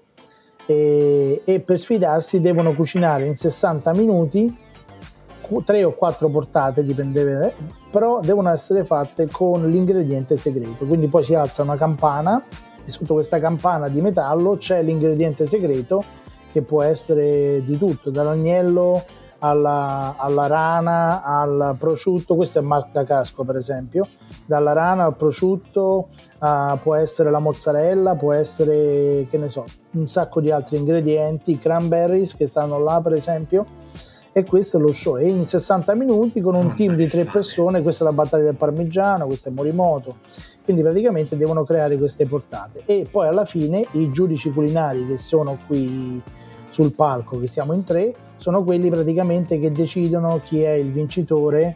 e, e per sfidarsi devono cucinare in sessanta minuti tre o quattro portate, dipende, però devono essere fatte con l'ingrediente segreto. Quindi poi si alza una campana e sotto questa campana di metallo c'è l'ingrediente segreto, che può essere di tutto, dall'agnello alla, alla rana al prosciutto. Questo è Marc Dacascos, per esempio. Dalla rana al prosciutto, uh, può essere la mozzarella, può essere, che ne so, un sacco di altri ingredienti, i cranberries che stanno là, per esempio. E questo è lo show, e in sessanta minuti con un team di tre persone. Questa è la battaglia del parmigiano, questo è Morimoto, quindi praticamente devono creare queste portate, e poi alla fine i giudici culinari che sono qui sul palco, che siamo in tre, sono quelli praticamente che decidono chi è il vincitore,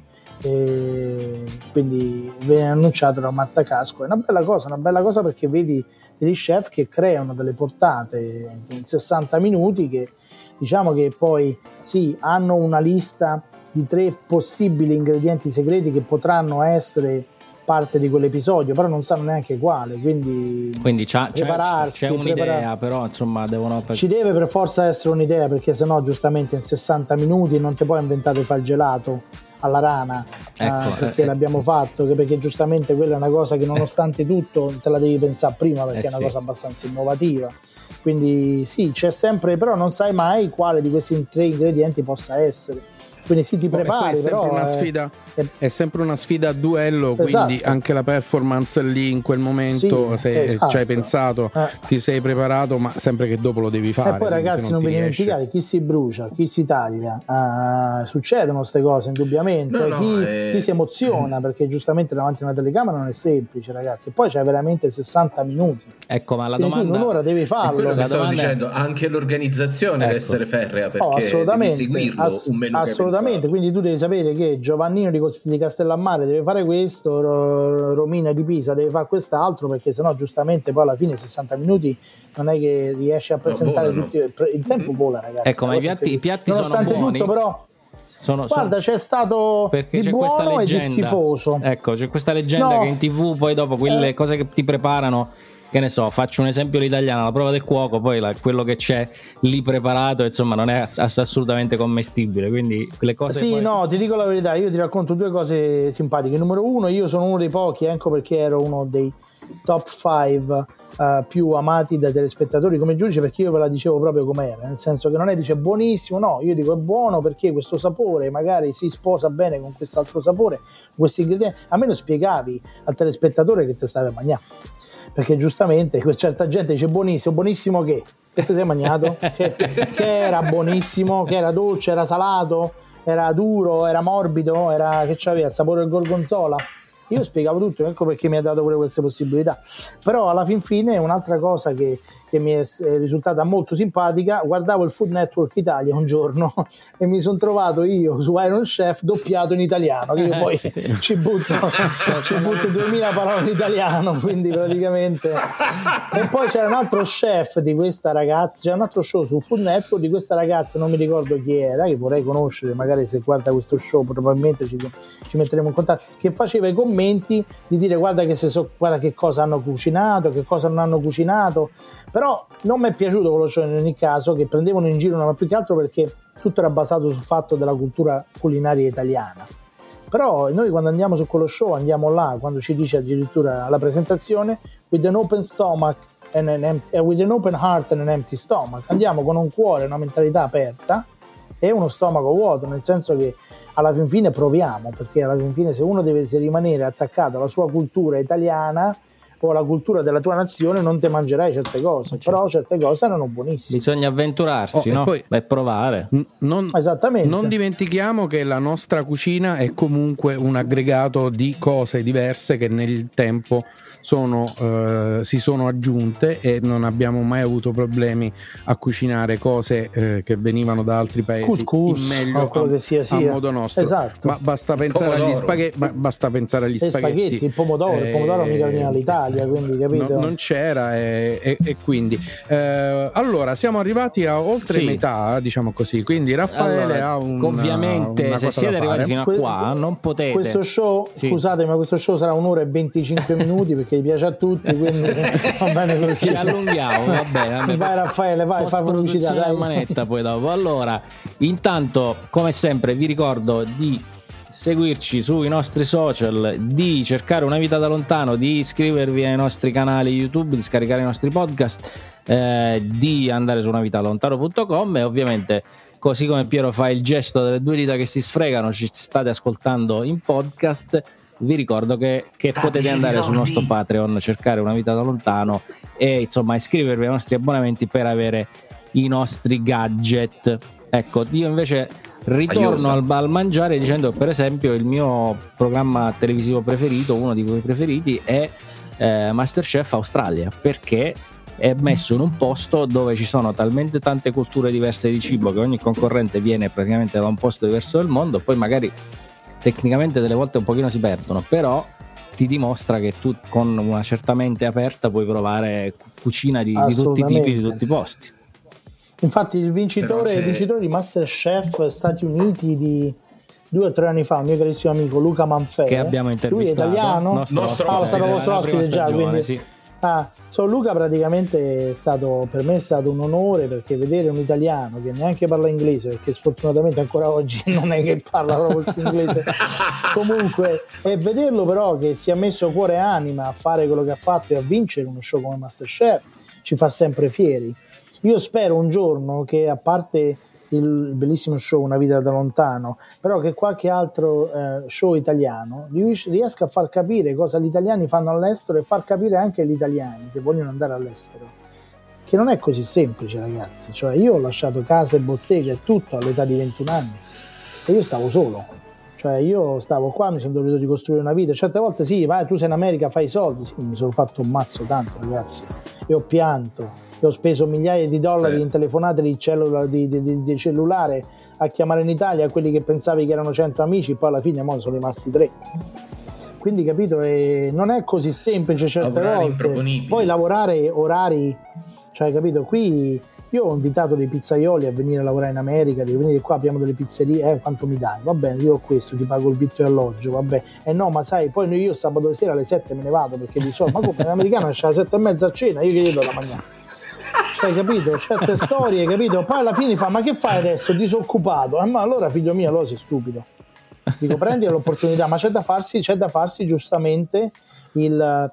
e quindi viene annunciato da Marc Dacascos. È una bella cosa, una bella cosa perché vedi degli chef che creano delle portate in sessanta minuti che, diciamo che poi sì, hanno una lista di tre possibili ingredienti segreti che potranno essere parte di quell'episodio, però non sanno neanche quale, quindi, quindi c'è, prepararsi, c'è un'idea, preparar... però insomma devono... ci deve per forza essere un'idea, perché sennò giustamente in sessanta minuti non ti puoi inventare di fare il gelato alla rana, ecco, uh, perché eh, l'abbiamo fatto, perché giustamente quella è una cosa che nonostante tutto te la devi pensare prima, perché eh, è una sì. cosa abbastanza innovativa. Quindi sì, c'è sempre, però non sai mai quale di questi tre ingredienti possa essere. Quindi sì, ti prepari, è sempre però una è, sfida, è, è sempre una sfida a duello, esatto. Quindi anche la performance lì in quel momento, sì, se esatto. ci hai pensato, eh. ti sei preparato, ma sempre che dopo lo devi fare. E poi ragazzi, non, non vi dimenticate, chi si brucia, chi si taglia, uh, succedono queste cose indubbiamente, no, no, chi, è... chi si emoziona, perché giustamente davanti a una telecamera non è semplice, ragazzi. Poi c'hai veramente sessanta minuti. Ecco, ma la quindi domanda... in un'ora devi farlo. È quello che la stavo domanda... dicendo, anche l'organizzazione ecco. deve essere ferrea, perché oh, assolutamente, devi seguirlo ass- un menù assolutamente, quindi tu devi sapere che Giovannino di, Cost- di Castellammare deve fare questo, Ro- Romina di Pisa deve fare quest'altro, perché sennò giustamente poi alla fine sessanta minuti non è che riesci a presentare no, tutti, il tempo vola, ragazzi. Ecco, ma i piatti, i piatti sono buoni. Tutto, però Sono, guarda, sono... c'è stato perché di c'è buono questa leggenda, e di schifoso. Ecco, c'è questa leggenda no. che in tv poi dopo quelle eh. cose che ti preparano, che ne so, faccio un esempio l'italiano, la prova del cuoco, poi la, quello che c'è lì preparato, insomma, non è ass- assolutamente commestibile, quindi quelle cose sì, poi... no, ti dico la verità, io ti racconto due cose simpatiche. Numero uno, io sono uno dei pochi, ecco perché ero uno dei top five uh, più amati dai telespettatori come giudice, perché io ve la dicevo proprio com'era, nel senso che non è dice buonissimo, no, io dico è buono perché questo sapore magari si sposa bene con quest'altro sapore, questi ingredienti, a me lo spiegavi al telespettatore che te stavi a mangiare, perché giustamente certa gente dice buonissimo, buonissimo che? Che ti sei mangiato? che, che era buonissimo, che era dolce, era salato, era duro, era morbido, era che c'aveva il sapore del gorgonzola. Io spiegavo tutto, ecco perché mi ha dato pure queste possibilità. Però alla fin fine un'altra cosa che, che mi è risultata molto simpatica, guardavo il Food Network Italia un giorno e mi sono trovato io su Iron Chef doppiato in italiano, che io poi sì. ci butto ci butto duemila parole in italiano, quindi praticamente. E poi c'era un altro chef di questa ragazza, c'era un altro show su Food Network di questa ragazza, non mi ricordo chi era, che vorrei conoscere, magari se guarda questo show probabilmente ci, ci metteremo in contatto, che faceva i commenti di dire guarda che, se so, guarda che cosa hanno cucinato, che cosa non hanno cucinato. Però non mi è piaciuto quello show in ogni caso, che prendevano in giro, ma più che altro perché tutto era basato sul fatto della cultura culinaria italiana. Però noi quando andiamo su quello show andiamo là, quando ci dice addirittura la presentazione, with an open stomach and an empty, uh, with an open heart and an empty stomach, andiamo con un cuore, una mentalità aperta e uno stomaco vuoto, nel senso che alla fin fine proviamo, perché alla fin fine se uno deve rimanere attaccato alla sua cultura italiana o alla cultura della tua nazione non te mangerai certe cose, certo. Però certe cose erano buonissime. Bisogna avventurarsi, oh, no? E poi Beh, provare. N- non, Esattamente. Non dimentichiamo che la nostra cucina è comunque un aggregato di cose diverse che nel tempo sono, eh, si sono aggiunte e non abbiamo mai avuto problemi a cucinare cose eh, che venivano da altri paesi Couscous, in meglio no, quello a, che sia, sia. a modo nostro. Esatto. Ma basta pensare agli spaghetti, ma basta pensare agli spaghetti. spaghetti. Il pomodoro, eh, il pomodoro mica veniva dall'Italia. Italia, quindi capito? No, non c'era e, e, e quindi eh, allora siamo arrivati a oltre sì. metà, diciamo così, quindi Raffaele allora, ha un ovviamente una se cosa siete da fare. arrivati fino a qua Que- non potete questo show, sì. scusate, ma questo show sarà un'ora e venticinque minuti perché gli piace a tutti, quindi va bene così. Ci allunghiamo, va bene, va bene. Vai Raffaele, vai, fai pubblicità, a dai. manetta poi dopo. Allora, intanto come sempre vi ricordo di seguirci sui nostri social, di cercare Una vita da lontano, di iscrivervi ai nostri canali YouTube, di scaricare i nostri podcast, eh, di andare su unavitalontano punto com e ovviamente, così come Piero fa il gesto delle due dita che si sfregano, ci state ascoltando in podcast, vi ricordo che, che potete andare sul nostro Patreon, cercare Una vita da lontano e insomma iscrivervi ai nostri abbonamenti per avere i nostri gadget. Ecco, io invece ritorno al, al mangiare dicendo che per esempio il mio programma televisivo preferito, uno dei miei preferiti, è eh, MasterChef Australia, perché è messo in un posto dove ci sono talmente tante culture diverse di cibo che ogni concorrente viene praticamente da un posto diverso del mondo, poi magari tecnicamente delle volte un pochino si perdono, però ti dimostra che tu con una certa mente aperta puoi provare cucina di, di tutti i tipi, di tutti i posti. Infatti il vincitore, il vincitore di MasterChef Stati Uniti di due o tre anni fa, un mio carissimo amico Luca Manfè, che abbiamo intervistato, lui è italiano, nostro, nostro ah, è stato ospite, vostro ospite già, quindi sì. ah, so, Luca praticamente è stato, per me è stato un onore, perché vedere un italiano che neanche parla inglese, perché sfortunatamente ancora oggi non è che parla proprio il inglese comunque, e vederlo però che si è messo cuore e anima a fare quello che ha fatto e a vincere uno show come MasterChef ci fa sempre fieri. Io spero un giorno che, a parte il bellissimo show Una vita da lontano, però che qualche altro eh, show italiano riesca a far capire cosa gli italiani fanno all'estero e far capire anche agli italiani che vogliono andare all'estero che non è così semplice, ragazzi. Cioè, io ho lasciato casa e bottega e tutto all'età di ventuno anni e io stavo solo, cioè io stavo qua, mi sono dovuto ricostruire una vita. Certe volte sì, vai, tu sei in America, fai i soldi, sì, mi sono fatto un mazzo tanto, ragazzi, e ho pianto e ho speso migliaia di dollari sì. in telefonate di, cellula, di, di, di, di cellulare a chiamare in Italia quelli che pensavi che erano cento amici, poi alla fine mo sono rimasti tre. Quindi, capito, e non è così semplice certe volte. Poi lavorare orari, cioè, capito, qui io ho invitato dei pizzaioli a venire a lavorare in America, di venire qua, apriamo delle pizzerie, eh, quanto mi dai? Va bene, io ho questo, ti pago il vitto e alloggio, vabbè. E eh no, ma sai, poi io sabato sera alle sette me ne vado, perché di solito, ma come, l'americano esce alle sette e mezza a cena, io che gli do da mangiare? Cioè, capito? Certe storie, capito? Poi alla fine fa, ma che fai adesso? Disoccupato? Eh, ma allora, figlio mio, allora sei stupido. Dico, prendi l'opportunità, ma c'è da farsi, c'è da farsi giustamente il...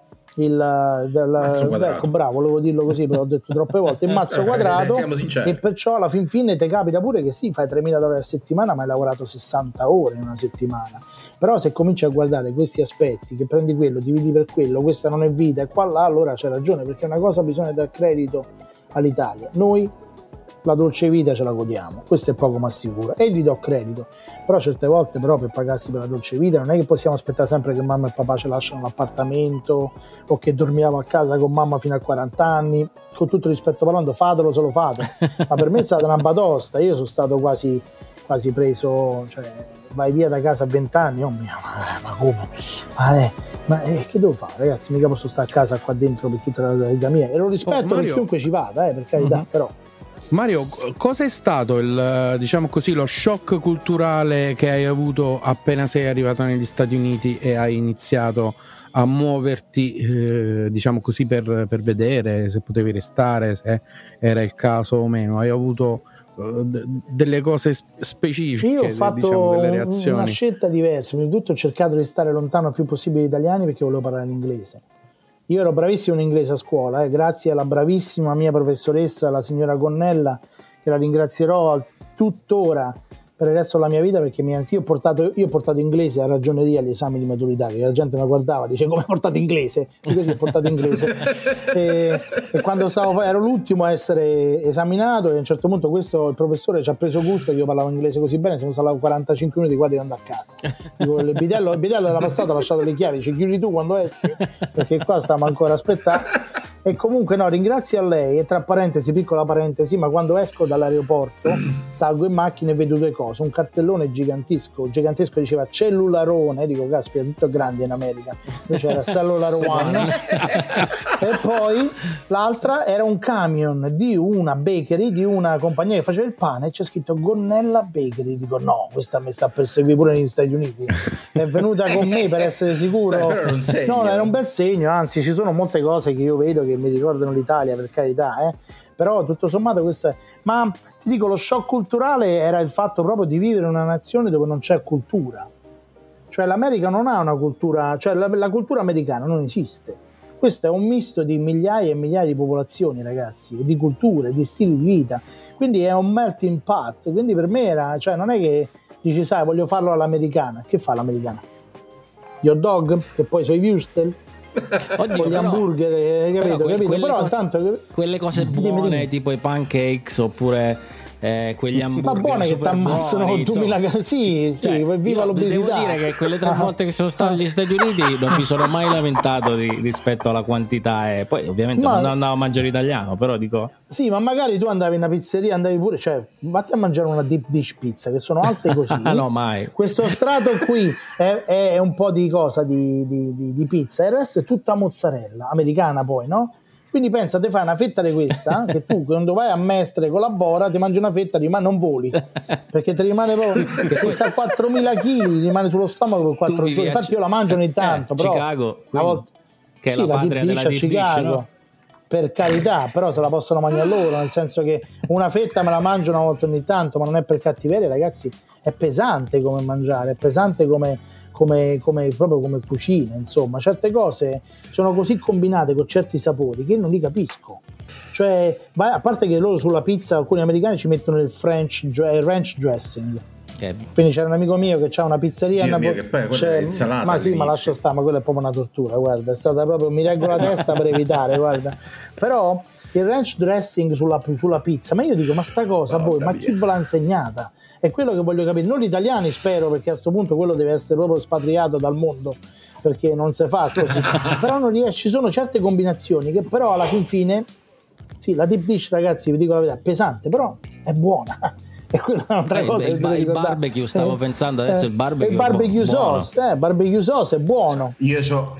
il del, ecco, bravo, volevo dirlo così, però ho detto troppe volte il mazzo quadrato, e perciò alla fin fine ti capita pure che sì, fai tremila dollari a settimana, ma hai lavorato sessanta ore in una settimana. Però se cominci a guardare questi aspetti, che prendi quello, dividi per quello, questa non è vita e qua là, allora c'è ragione, perché una cosa bisogna dar credito all'Italia. Noi la dolce vita ce la godiamo, questo è poco ma sicuro, e gli do credito, però certe volte però per pagarsi per la dolce vita non è che possiamo aspettare sempre che mamma e papà ci lasciano l'appartamento o che dormiamo a casa con mamma fino a quaranta anni. Con tutto rispetto parlando, fatelo se lo fate, ma per me è stata una batosta. Io sono stato quasi quasi preso, cioè vai via da casa a venti anni, oh mio, ma, ma come, ma, eh, ma eh, che devo fare, ragazzi? Mica posso stare a casa qua dentro per tutta la vita mia, e lo rispetto, oh, Mario, per chiunque ci vada, eh, per carità, mm-hmm. Però Mario, cosa è stato il, diciamo così, lo shock culturale che hai avuto appena sei arrivato negli Stati Uniti e hai iniziato a muoverti, eh, diciamo così, per, per vedere se potevi restare, se era il caso o meno? Hai avuto uh, d- delle cose specifiche? Io ho fatto, diciamo, delle reazioni? Una scelta diversa. Prima di tutto ho cercato di stare lontano il più possibile dagli italiani, perché volevo parlare l'inglese. Io ero bravissimo in inglese a scuola, eh, grazie alla bravissima mia professoressa, la signora Gonnella, che la ringrazierò tuttora per il resto della mia vita, perché mi, io, ho portato, io ho portato inglese a ragioneria agli esami di maturità, che la gente mi guardava, dice come hai portato inglese? Io così ho portato inglese. e, e quando stavo, ero l'ultimo a essere esaminato, e a un certo punto questo, il professore ci ha preso gusto che io parlavo inglese così bene, se non stavo quarantacinque minuti quasi di andare a casa. Dico, il bidello, il bidello era passato, ha lasciato le chiavi, ci chiudi tu quando esci, perché qua stiamo ancora a aspettare. E comunque no, ringrazio a lei, e tra parentesi, piccola parentesi, ma quando esco dall'aeroporto salgo in macchina e vedo due cose, un cartellone gigantesco, gigantesco diceva cellularone, dico caspita, tutto grande in America, invece era cellular one, e poi l'altra era un camion di una bakery, di una compagnia che faceva il pane, e c'è scritto Gonnella Bakery, dico no, questa mi sta per seguire pure negli Stati Uniti, è venuta con me per essere sicuro. Beh, però era un segno. No, era un bel segno, anzi ci sono molte cose che io vedo che mi ricordano l'Italia, per carità, eh? Però tutto sommato questo è. Ma ti dico, lo shock culturale era il fatto proprio di vivere in una nazione dove non c'è cultura, cioè l'America non ha una cultura, cioè la, la cultura americana non esiste, questo è un misto di migliaia e migliaia di popolazioni, ragazzi, e di culture, di stili di vita, quindi è un melting pot, quindi per me era, cioè non è che dici sai voglio farlo all'americana, che fa l'americana? Gli hot dog, che poi sono i würstel, Oddio, gli però, hamburger, eh, capito, però, capito? Quelle, però cose, intanto quelle cose buone, dimmi, dimmi. tipo i pancakes oppure eh, quegli hamburger, ma buone che ti ammazzano duemila casi, sì, sì, cioè, viva l'obesità. Devo dire che quelle tre volte che sono stato negli Stati Uniti non mi sono mai lamentato di, rispetto alla quantità, e poi ovviamente ma, non andavo a mangiare italiano, però dico sì, ma magari tu andavi in una pizzeria, andavi pure, cioè vatti a mangiare una deep dish pizza che sono alte così. No, mai. Questo strato qui è, è un po' di cosa di, di, di, di pizza, e il resto è tutta mozzarella americana, poi no? Quindi pensa, te fai una fetta di questa, che tu quando vai a Mestre con la bora ti mangi una fetta di, ma non voli, perché ti rimane proprio, questa quattromila chili rimane sullo stomaco per quattro giorni. Infatti C- io la mangio ogni tanto, eh, però Chicago, una volta, che è sì, la la patria della a Chicago, dish, no? Per carità, però se la possono mangiare loro, nel senso che una fetta me la mangio una volta ogni tanto, ma non è per cattiveria, ragazzi, è pesante come mangiare, è pesante come Come, come, proprio come cucina, insomma, certe cose sono così combinate con certi sapori che io non li capisco, cioè vai, a parte che loro sulla pizza alcuni americani ci mettono il French il ranch dressing, okay. Quindi c'era un amico mio che c'ha una pizzeria Dio a mio, che poi quella è insalata ma sì, all'inizio. ma lascia stare, ma quella è proprio una tortura, guarda, è stata proprio, mi reggo la testa per evitare, guarda, però il ranch dressing sulla, sulla pizza, ma io dico, ma sta cosa a voi, ma chi ve l'ha insegnata? È quello che voglio capire, non gli italiani spero, perché a questo punto quello deve essere proprio spatriato dal mondo, perché non si fa così. Però non riesce, ci sono certe combinazioni che però alla fin fine, sì, la deep dish, ragazzi, vi dico la verità, è pesante, però è buona. E quella è un'altra eh, cosa il, che il, il barbecue, stavo eh, pensando adesso, eh, il barbecue, il barbecue sauce, eh, barbecue sauce è buono. Io c'ho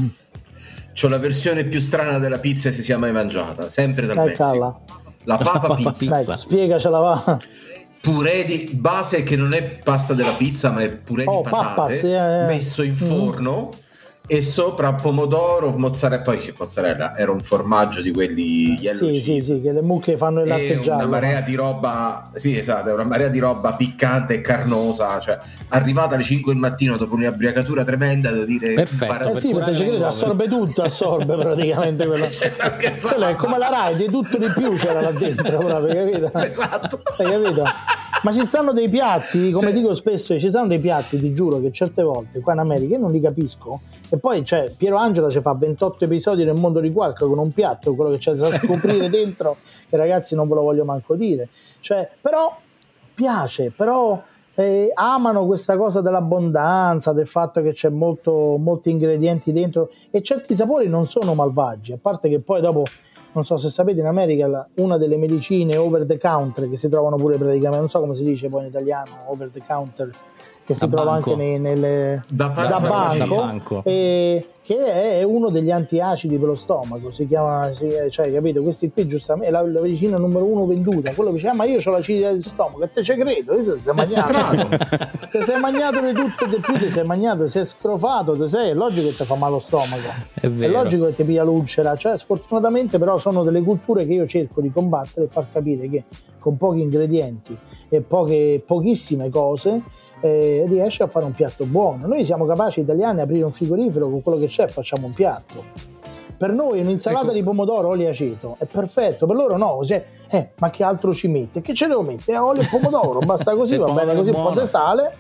c'ho la versione più strana della pizza che si sia mai mangiata, sempre dal Messico. La la papa, papa pizza. pizza. Dai, spiegacela, va. Purè di base che non è pasta della pizza, ma è purè oh, di patate pappa, sì, eh. messo in forno, mm. e sopra pomodoro, mozzarella, poi che mozzarella era un formaggio di quelli yellow sì, cheese. Sì, sì, che le mucche fanno il latte giallo. Una marea di roba, sì, esatto, è una marea di roba piccante e carnosa, cioè arrivata alle cinque del mattino dopo un'abriacatura tremenda, devo dire, perfetto. Eh sì, perché ci crede, assorbe tutto, assorbe praticamente quello. Cioè, sta scherzando. Quello è come la Rai, di tutto di più c'era là dentro, proprio, capito? Esatto. Hai capito? Ma ci stanno dei piatti, come sì. dico spesso, ci stanno dei piatti, ti giuro, che certe volte qua in America io non li capisco. E poi cioè Piero Angela ci fa ventotto episodi nel mondo di Quark con un piatto, quello che c'è da scoprire dentro, che ragazzi non ve lo voglio manco dire, cioè però piace, però eh, amano questa cosa dell'abbondanza, del fatto che c'è molto, molti ingredienti dentro, e certi sapori non sono malvagi, a parte che poi dopo, non so se sapete, in America la, una delle medicine over the counter che si trovano pure praticamente, non so come si dice poi in italiano, over the counter, che si da trova banco. anche nei, nelle, da, da, da banco, da banco. E che è uno degli antiacidi per lo stomaco, si chiama, si, cioè capito, questi qui giustamente è la, la medicina numero uno venduta, quello che dice ah, ma io ho l'acidità di stomaco, e te ci credo, ti sei mangiato ti sei mangiato di tutto e di più, ti sei mangiato, ti sei scrofato, ti sei, è logico che ti fa male lo stomaco, è, è logico che ti piglia l'ulcera, cioè sfortunatamente però sono delle culture che io cerco di combattere e far capire che con pochi ingredienti e poche, pochissime cose Eh, riesce a fare un piatto buono. Noi siamo capaci italiani a aprire un frigorifero, con quello che c'è facciamo un piatto. Per noi un'insalata ecco. di pomodoro, olio e aceto è perfetto, per loro no, cioè, eh, ma che altro ci mette? Che ce devo mettere? Eh, olio e pomodoro, basta così, va bene così, un po' di sale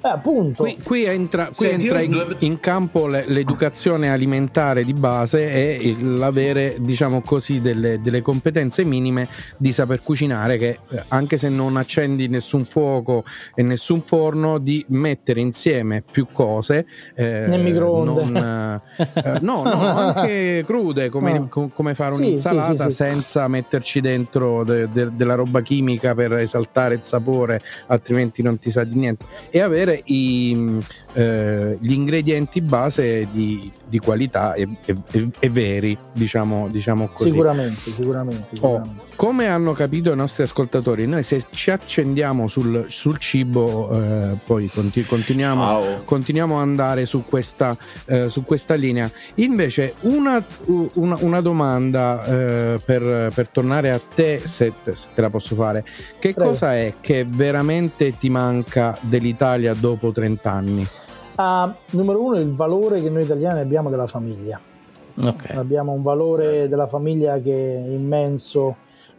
Eh, appunto. Qui, qui entra, qui Senti, entra in, due... in campo le, l'educazione alimentare di base e l'avere, diciamo così, delle, delle competenze minime di saper cucinare, che anche se non accendi nessun fuoco e nessun forno, di mettere insieme più cose eh, nel microonde. Non, eh, no, no, anche crude, come, no. com, come fare sì, un'insalata sì, sì, sì. senza metterci dentro de, de, della roba chimica per esaltare il sapore, altrimenti non ti sa di niente, e avere I, eh, gli ingredienti base di, di qualità e, e, e veri, diciamo, diciamo così. Sicuramente, sicuramente, sicuramente. Oh, come hanno capito i nostri ascoltatori, noi se ci accendiamo sul, sul cibo eh, poi continu- continuiamo, continuiamo ad andare su questa, eh, su questa linea. Invece una, una, una domanda eh, per, per tornare a te, se, se te la posso fare, che Prego. Cosa è che veramente ti manca dell'Italia dopo trent'anni? Uh, numero uno, il valore che noi italiani abbiamo della famiglia. Okay. Abbiamo un valore della famiglia che è immenso,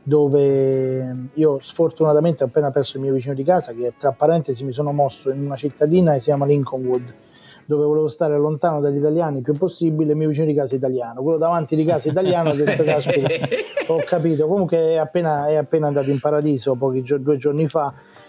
dove io sfortunatamente ho appena perso il mio vicino di casa, che tra parentesi mi sono mosso in una cittadina che si chiama Lincolnwood, dove volevo stare lontano dagli italiani il più possibile. Il mio vicino di casa è italiano, quello davanti di casa è italiano, ho detto caspita, ho capito. Comunque è appena, è appena andato in paradiso pochi gio- due giorni fa,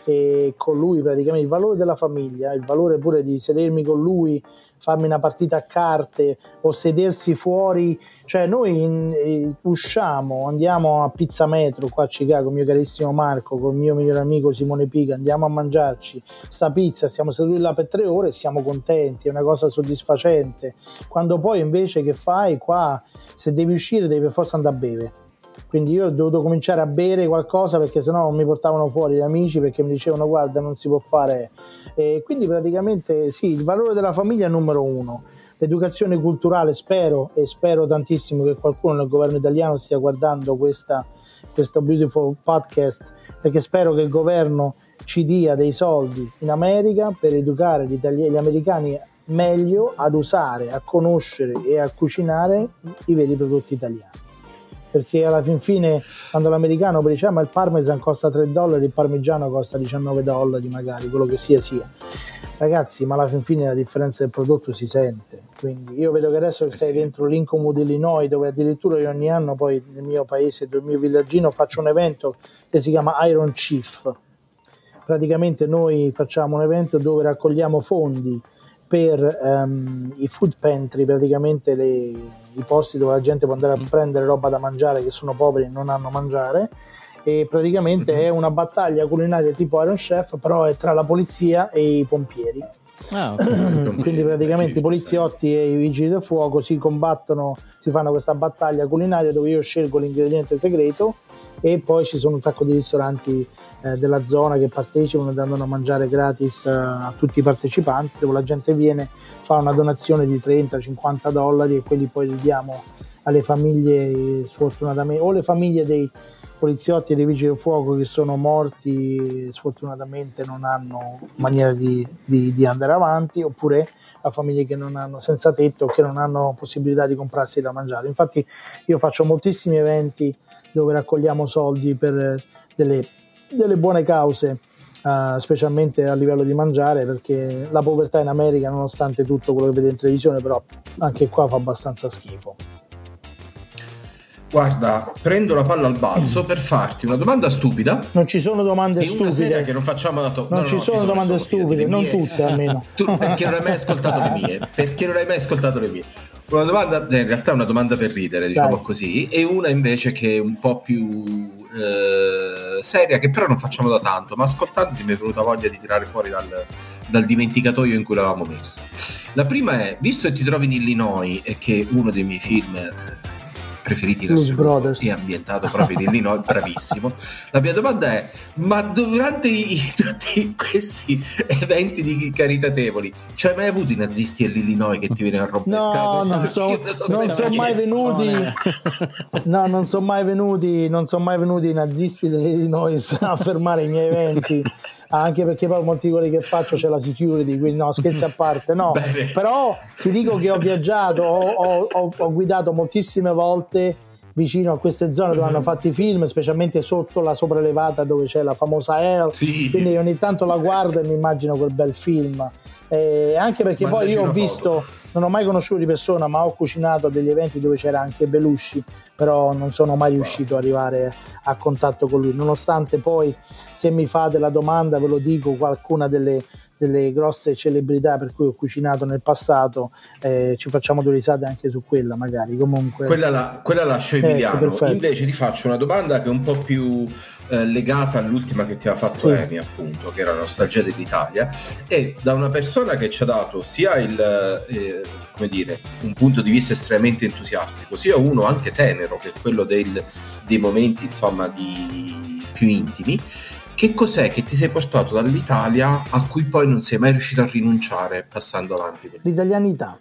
e con lui praticamente il valore della famiglia, il valore pure di sedermi con lui, farmi una partita a carte o sedersi fuori, cioè noi in, in, usciamo, andiamo a Pizza Metro qua a Chicago, mio carissimo Marco, col mio migliore amico Simone Pica, andiamo a mangiarci sta pizza, siamo seduti là per tre ore e siamo contenti, è una cosa soddisfacente. Quando poi invece che fai qua, se devi uscire devi per forza andare a bere. Quindi io ho dovuto cominciare a bere qualcosa, perché sennò non mi portavano fuori gli amici, perché mi dicevano guarda non si può fare. E quindi praticamente sì, il valore della famiglia è numero uno. L'educazione culturale, spero e spero tantissimo che qualcuno nel governo italiano stia guardando questa, questo Beautiful Podcast, perché spero che il governo ci dia dei soldi in America per educare gli, itali- gli americani meglio ad usare, a conoscere e a cucinare i veri prodotti italiani. Perché alla fin fine, quando l'americano dice ah, ma il parmesan costa tre dollari, il parmigiano costa diciannove dollari magari, quello che sia sia, ragazzi, ma alla fin fine la differenza del prodotto si sente. Quindi io vedo che adesso che sei dentro Lincolnwood, Illinois, dove addirittura io ogni anno poi nel mio paese, nel mio villaggino, faccio un evento che si chiama Iron Chief. Praticamente noi facciamo un evento dove raccogliamo fondi per um, i food pantry, praticamente le, i posti dove la gente può andare a prendere roba da mangiare, che sono poveri e non hanno mangiare, e praticamente mm-hmm. è una battaglia culinaria tipo Iron Chef, però è tra la polizia e i pompieri. Ah, okay. Quindi praticamente i poliziotti e i vigili del fuoco si combattono, si fanno questa battaglia culinaria dove io scelgo l'ingrediente segreto, e poi ci sono un sacco di ristoranti eh, della zona che partecipano e danno a mangiare gratis eh, a tutti i partecipanti, dove la gente viene, fa una donazione di trenta cinquanta dollari e quelli poi li diamo alle famiglie, sfortunatamente, o le famiglie dei poliziotti e dei vigili del fuoco che sono morti, sfortunatamente non hanno maniera di, di, di andare avanti, oppure a famiglie che non hanno senza tetto, che non hanno possibilità di comprarsi da mangiare. Infatti io faccio moltissimi eventi dove raccogliamo soldi per delle, delle buone cause, uh, specialmente a livello di mangiare, perché la povertà in America, nonostante tutto quello che vede in televisione, però anche qua fa abbastanza schifo. Guarda, prendo la palla al balzo per farti una domanda stupida. Non ci sono domande e stupide. una seria che non facciamo da to- Non no, ci no, sono ci domande sono, stupide, non mie. tutte almeno. Tu, perché non hai mai ascoltato le mie? Perché non hai mai ascoltato le mie? Una domanda, in realtà è una domanda per ridere, diciamo Dai. così, e una invece che è un po' più eh, seria, che però non facciamo da tanto, ma ascoltandoti mi è venuta voglia di tirare fuori dal, dal dimenticatoio in cui l'avevamo messa. La prima è, visto che ti trovi in Illinois e che uno dei miei film preferiti in assoluto è ambientato proprio in Illinois, bravissimo, la mia domanda è, ma durante i, tutti questi eventi di caritatevoli c'hai mai avuto i nazisti all'Illinois che ti venivano a rompere no, scatole? non so, so non sono mai venuti no, non sono mai venuti non sono mai venuti i nazisti dell'Illinois a fermare i miei eventi, anche perché poi molti di quelli che faccio c'è la security, quindi no, scherzi a parte, no. Bene. Però ti dico che ho viaggiato, ho, ho, ho guidato moltissime volte vicino a queste zone dove hanno fatto i film, specialmente sotto la sopraelevata dove c'è la famosa Hell, sì. Quindi ogni tanto la guardo e mi immagino quel bel film, eh, anche perché Mandaci poi io ho visto foto. Non ho mai conosciuto di persona, ma ho cucinato a degli eventi dove c'era anche Belushi, però non sono mai riuscito wow. ad arrivare a contatto con lui, nonostante poi, se mi fate la domanda, ve lo dico, qualcuna delle, delle grosse celebrità per cui ho cucinato nel passato, eh, ci facciamo due risate anche su quella, magari. Comunque quella la, quella lascio Emiliano. Ecco, invece ti faccio una domanda che è un po' più eh, legata all'ultima che ti ha fatto sì. Emi, appunto, che era la nostalgia dell'Italia, e da una persona che ci ha dato sia il eh, come dire, un punto di vista estremamente entusiastico, sia uno anche tenero, che è quello del, dei momenti, insomma, di più intimi. Che cos'è che ti sei portato dall'Italia a cui poi non sei mai riuscito a rinunciare passando avanti? L'italianità.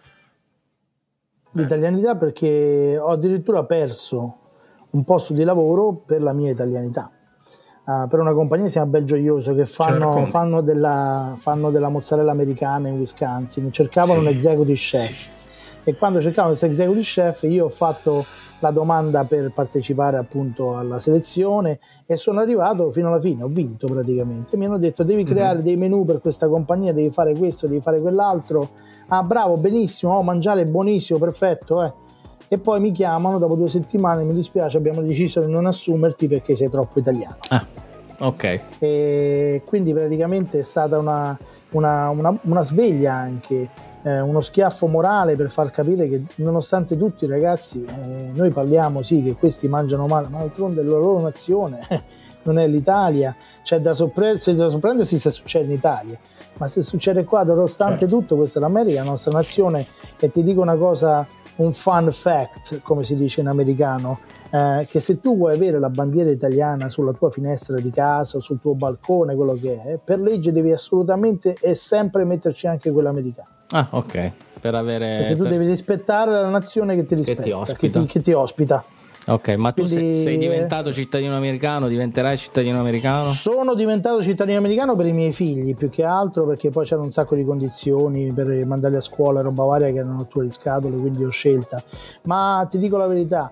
L'italianità, perché ho addirittura perso un posto di lavoro per la mia italianità. Uh, per una compagnia che si chiama Belgioioso, che fanno, fanno, della, fanno della mozzarella americana in Wisconsin. Cercavano sì, un executive chef sì. E quando cercavano questo executive chef io ho fatto la domanda per partecipare appunto alla selezione e sono arrivato fino alla fine, ho vinto praticamente. Mi hanno detto devi creare mm-hmm. dei menù per questa compagnia, devi fare questo, devi fare quell'altro. Ah, bravo, benissimo, oh, mangiare buonissimo, perfetto, eh. E poi mi chiamano dopo due settimane, mi dispiace, abbiamo deciso di non assumerti perché sei troppo italiano. Ah, ok. E quindi praticamente è stata una, una, una, una sveglia anche, eh, uno schiaffo morale per far capire che nonostante tutti, ragazzi, eh, noi parliamo sì che questi mangiano male, ma d'altronde la loro nazione non è l'Italia, c'è da, sorpre- c'è da sorprendersi se succede in Italia, ma se succede qua, nonostante tutto, questa è l'America, la nostra nazione. E ti dico una cosa, un fun fact, come si dice in americano, eh, che se tu vuoi avere la bandiera italiana sulla tua finestra di casa o sul tuo balcone, quello che è, per legge devi assolutamente e sempre metterci anche quella americana. Ah, ok, per avere... Perché tu per... devi rispettare la nazione che ti rispetta, che ti ospita. Che ti, che ti ospita. Ok, ma tu Quindi, sei, sei diventato cittadino americano, diventerai cittadino americano? Sono diventato cittadino americano per i miei figli, più che altro perché poi c'erano un sacco di condizioni per mandarli a scuola, roba varia che erano attuali scatole, quindi ho scelta. Ma ti dico la verità,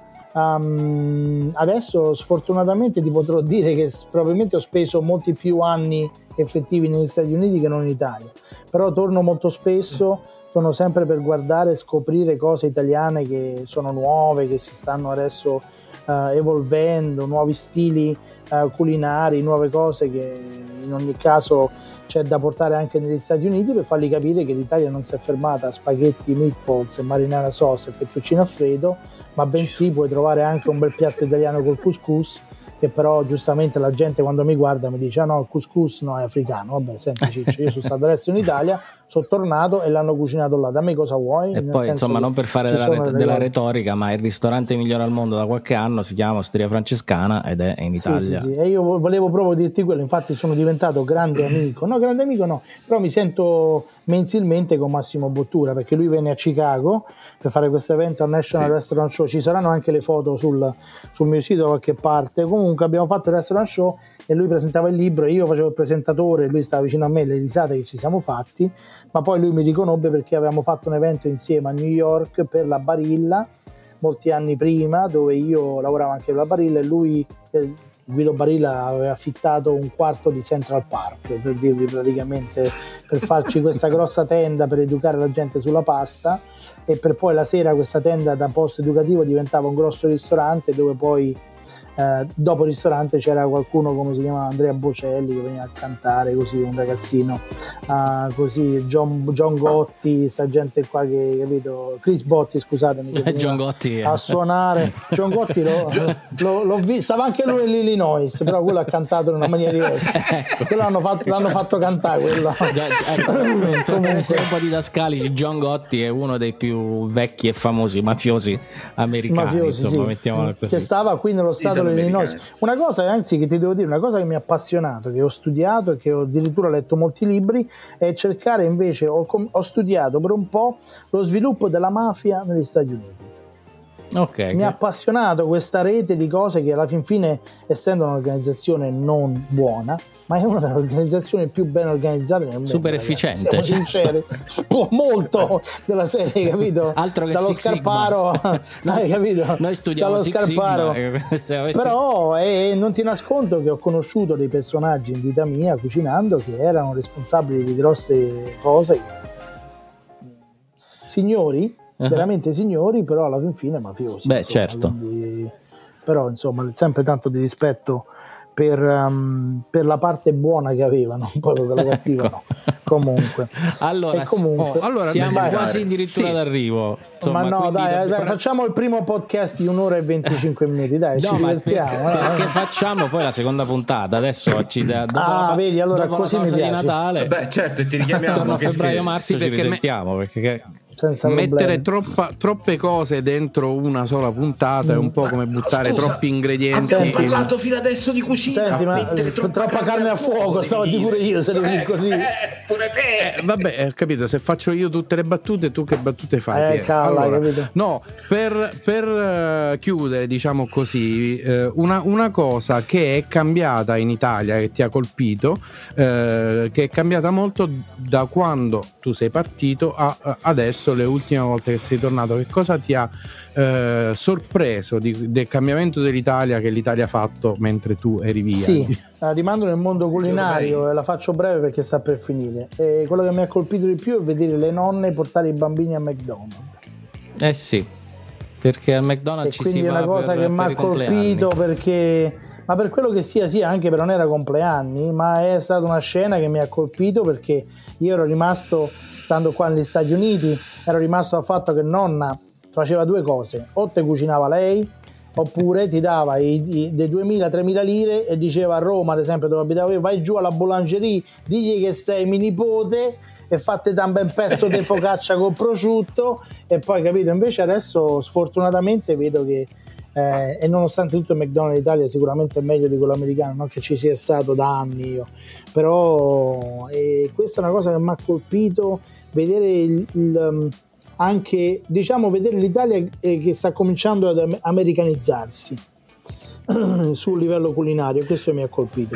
um, adesso sfortunatamente ti potrò dire che probabilmente ho speso molti più anni effettivi negli Stati Uniti che non in Italia, però torno molto spesso. Sono sempre per guardare e scoprire cose italiane che sono nuove, che si stanno adesso uh, evolvendo, nuovi stili uh, culinari, nuove cose che in ogni caso c'è da portare anche negli Stati Uniti per fargli capire che l'Italia non si è fermata a spaghetti, meatballs, marinara sauce e fettuccine alfredo, ma bensì puoi trovare anche un bel piatto italiano col couscous, che però giustamente la gente quando mi guarda mi dice ah no, il couscous no, è africano. Vabbè, senti Ciccio, io sono stato adesso in Italia, sono tornato e l'hanno cucinato là, da me cosa vuoi? E Nel poi insomma, non per fare della, ret- della retorica, ma il ristorante migliore al mondo da qualche anno si chiama Osteria Francescana ed è in Italia. Sì, sì, sì. E io volevo proprio dirti quello, infatti sono diventato grande amico, no grande amico no, però mi sento mensilmente con Massimo Bottura, perché lui venne a Chicago per fare questo evento al National sì. Restaurant Show. Ci saranno anche le foto sul, sul mio sito da qualche parte. Comunque abbiamo fatto il Restaurant Show e lui presentava il libro e io facevo il presentatore, lui stava vicino a me, le risate che ci siamo fatti, ma poi lui mi riconobbe perché avevamo fatto un evento insieme a New York per la Barilla molti anni prima, dove io lavoravo anche per la Barilla e lui eh, Guido Barilla aveva affittato un quarto di Central Park, per dirvi praticamente, per farci questa grossa tenda per educare la gente sulla pasta, e per poi la sera questa tenda da posto educativo diventava un grosso ristorante dove poi eh, dopo il ristorante c'era qualcuno come si chiama Andrea Bocelli che veniva a cantare, così un ragazzino uh, così John, John Gotti, sta gente qua che capito, Chris Botti scusatemi che John Gotti a suonare John Gotti lo, lo, l'ho visto, stava anche lui nell'Illinois, però quello ha cantato in una maniera diversa, quello l'hanno fatto, l'hanno fatto cantare quello. Per essere un po' didascalici, John Gotti è uno dei più vecchi e famosi mafiosi americani, mafiosi, insomma, sì. Mettiamola così, che stava qui nello stato dell'Illinois. Una cosa, anzi, che ti devo dire, una cosa che mi ha appassionato, che ho studiato e che ho addirittura letto molti libri, è cercare invece, ho, ho studiato per un po' lo sviluppo della mafia negli Stati Uniti. Okay, mi ha che... appassionato questa rete di cose che alla fin fine, essendo un'organizzazione non buona, ma è una delle organizzazioni più ben organizzate nel mondo. Super ragazzi. efficiente. Siamo sinceri, molto della serie, capito? Altro che dallo Six Scarparo, hai capito? Noi studiamo dallo Six Scarparo. Sigma. Però eh, non ti nascondo che ho conosciuto dei personaggi in vita mia cucinando che erano responsabili di grosse cose, signori, uh-huh. veramente signori, però alla fin fine mafiosi. Beh, insomma, certo. Quindi, però insomma sempre tanto di rispetto per, um, per la parte buona che avevano, poi per quella cattiva ecco. no. Comunque, allora, comunque oh, allora siamo vai, quasi addirittura sì. d'arrivo. Insomma, ma no, dai, dai dobbiamo... facciamo il primo podcast di un'ora e venticinque minuti, dai, no, ci divertiamo. Perché, eh. perché facciamo poi la seconda puntata? Adesso ci da, dopo ah, la, vedi, allora dopo così la mi piace. Di Natale. Beh, certo, e ti richiamiamo a che febbraio marzo sì, ci risentiamo me... perché che... senza mettere troppa, troppe cose dentro una sola puntata mm. è un po' come buttare Scusa, troppi ingredienti. Abbiamo parlato fino adesso di cucina. Senti, ma troppa, troppa carne a fuoco, fuoco stavo a dire pure io, se devi eh, così. Eh, pure te. Eh, vabbè, ho capito, se faccio io tutte le battute, tu che battute fai? Eh, calla, allora, capito. No, per, per uh, chiudere, diciamo così, uh, una, una cosa che è cambiata in Italia, che ti ha colpito, uh, che è cambiata molto da quando tu sei partito a uh, adesso, le ultime volte che sei tornato, che cosa ti ha eh, sorpreso di, del cambiamento dell'Italia che l'Italia ha fatto mentre tu eri via? Sì, rimando nel mondo culinario e la faccio breve perché sta per finire. E quello che mi ha colpito di più è vedere le nonne portare i bambini a McDonald's. Eh sì, perché al McDonald's e ci si va. Quindi è una cosa per, che mi ha colpito perché, ma per quello che sia, sì, anche per non era compleanni, ma è stata una scena che mi ha colpito perché io ero rimasto, stando qua negli Stati Uniti, ero rimasto al fatto che nonna faceva due cose: o te cucinava lei oppure ti dava i, i, dei duemila tremila lire e diceva a Roma, ad esempio dove abitavo io, vai giù alla boulangerie, digli che sei mio nipote e fate un bel pezzo di focaccia con prosciutto, e poi capito. Invece adesso sfortunatamente vedo che eh, e nonostante tutto il McDonald's Italia sicuramente è meglio di quello americano, non che ci sia stato da anni io, però eh, questa è una cosa che mi ha colpito, vedere il, il, anche diciamo vedere l'Italia che sta cominciando ad americanizzarsi sul livello culinario, questo mi ha colpito.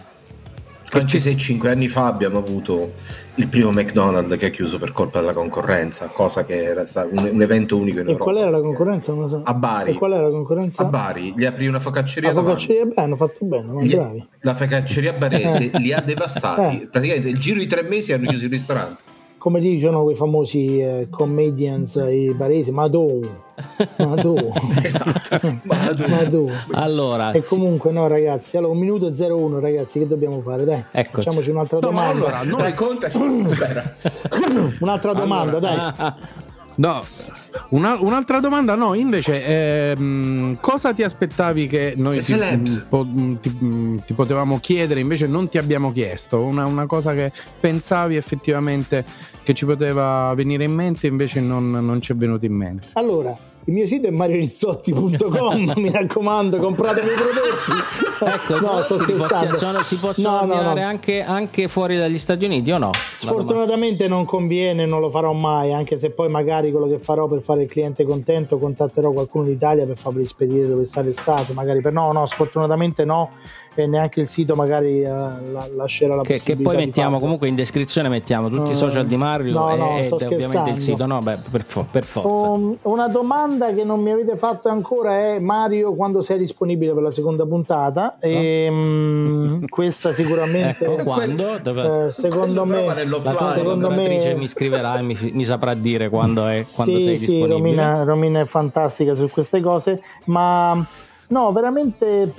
Anche se cinque anni fa abbiamo avuto il primo McDonald's che ha chiuso per colpa della concorrenza, cosa che era stato un, un evento unico in e Europa. Qual era la concorrenza? Non lo so. A Bari. E qual era la concorrenza? A Bari, gli aprì una focacceria. La focacceria bene, hanno fatto bene, ma bravi. La focacceria barese li ha devastati. Eh. Praticamente il giro di tre mesi hanno chiuso il ristorante. Come dicono quei famosi eh, comedians i baresi, Madò, Madò. Esatto, Madò. Madò. Allora, e comunque no ragazzi, allora un minuto e zero uno ragazzi, che dobbiamo fare? Dai, eccoci. Facciamoci un'altra no, domanda. Allora, non raccontaci, spera. Un'altra domanda, allora, dai. No, una, un'altra domanda, no, invece ehm, cosa ti aspettavi che noi ti, po, ti, ti potevamo chiedere, invece non ti abbiamo chiesto, una, una cosa che pensavi effettivamente che ci poteva venire in mente, invece non, non ci è venuto in mente? Allora, il mio sito è mario rizzotti punto com, mi raccomando, compratemi i prodotti. Ecco, no, sto scherzando. Sono, si possono no, ordinare no, no. Anche, anche fuori dagli Stati Uniti o no? Sfortunatamente non conviene, non lo farò mai, anche se poi magari quello che farò per fare il cliente contento, contatterò qualcuno d'Italia per farvi spedire dove sta l'estate, magari per no, no, sfortunatamente no, e neanche il sito magari uh, la, lascerà la che, possibilità che poi mettiamo farlo. Comunque in descrizione mettiamo tutti uh, i social di Mario no, e, no, ed ovviamente scherzando. Il sito, no, beh, per, per forza. Um, una domanda che non mi avete fatto ancora è: Mario, quando sei disponibile per la seconda puntata? No. E, um, questa sicuramente ecco, quando? Eh, secondo me la secondo me mi scriverà e mi, mi saprà dire quando è quando sì, sei sì, disponibile. Romina, Romina è fantastica su queste cose, ma no, veramente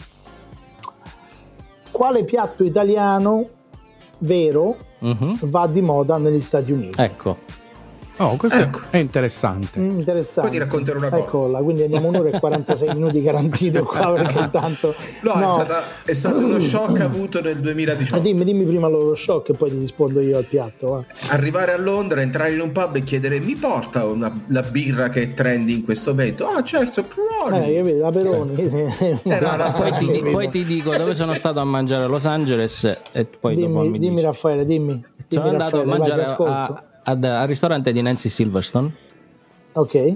quale piatto italiano vero uh-huh. va di moda negli Stati Uniti? Ecco. Oh, questo ecco. è interessante. Mm, interessante. Poi ti racconterò una cosa. Eccola, quindi andiamo un'ora e quarantasei minuti garantito qua, perché intanto no, no. È, stata, è stato uno shock avuto nel duemiladiciotto. Dimmi, dimmi prima lo shock e poi ti rispondo io al piatto. Va. Arrivare a Londra, entrare in un pub e chiedere: mi porta una, la birra che è trendy in questo momento? Ah, certo, Peroni. Eh, capito, la Peroni. Era la poi, ti dico, poi ti dico dove sono stato a mangiare a Los Angeles e poi dimmi, dopo mi dimmi dici. Raffaele, dimmi. dimmi sono Raffaele, andato a mangiare vai, a, ad, al ristorante di Nancy Silverstone. Ok.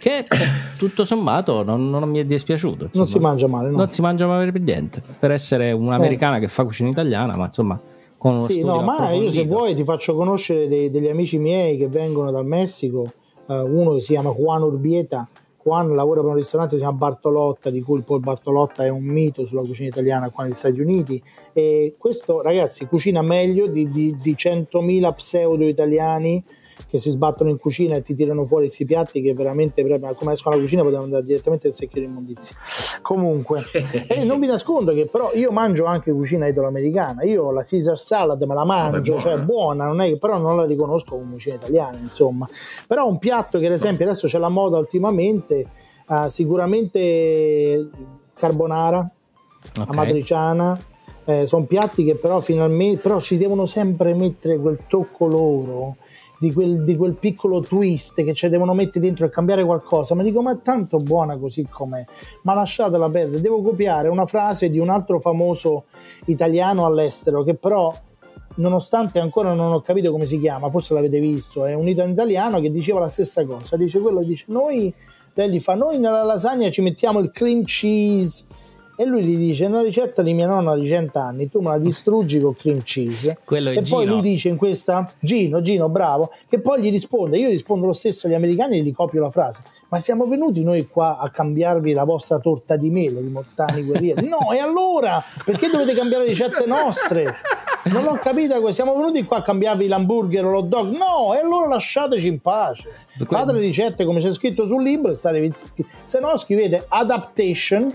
che tutto sommato non, non mi è dispiaciuto, insomma. Non si mangia male, no? Non si mangia male per niente, per essere un'americana eh. che fa cucina italiana, ma insomma con uno sì, studio no, ma io se vuoi ti faccio conoscere dei, degli amici miei che vengono dal Messico, uh, uno che si chiama Juan Urbieta. Juan lavora per un ristorante che si chiama Bartolotta, di cui il Paul Bartolotta è un mito sulla cucina italiana qua negli Stati Uniti, e questo, ragazzi, cucina meglio di, di, di centomila pseudo italiani che si sbattono in cucina e ti tirano fuori questi piatti che veramente, come escono alla cucina, potevano andare direttamente nel secchio di immondizia. Comunque, e non vi nascondo che però io mangio anche cucina italo-americana. Io la Caesar salad me la mangio, cioè buona, non è che, però non la riconosco come cucina italiana, insomma. Però un piatto che ad esempio adesso c'è la moda ultimamente, uh, sicuramente carbonara, okay. Amatriciana, eh, sono piatti che però finalmente però ci devono sempre mettere quel tocco loro, Di quel, di quel piccolo twist che ci devono mettere dentro e cambiare qualcosa. Ma dico, ma è tanto buona così com'è, ma lasciatela perdere. Devo copiare una frase di un altro famoso italiano all'estero che però, nonostante ancora non ho capito come si chiama, forse l'avete visto, è un italiano che diceva la stessa cosa. Dice quello, dice noi, lei gli fa, noi nella lasagna ci mettiamo il cream cheese. E lui gli dice, una ricetta di mia nonna di cent'anni, tu me la distruggi con cream cheese. Quello è e Gino. Poi lui dice in questa, Gino, Gino, bravo, che poi gli risponde, io rispondo lo stesso agli americani e gli copio la frase, ma siamo venuti noi qua a cambiarvi la vostra torta di melo di Mottani Guerrieri? No, e allora? Perché dovete cambiare ricette nostre? Non l'ho capita, siamo venuti qua a cambiarvi l'hamburger o l'hot dog? No, e allora lasciateci in pace. Fate le ricette come c'è scritto sul libro e state zitti. Se no scrivete adaptation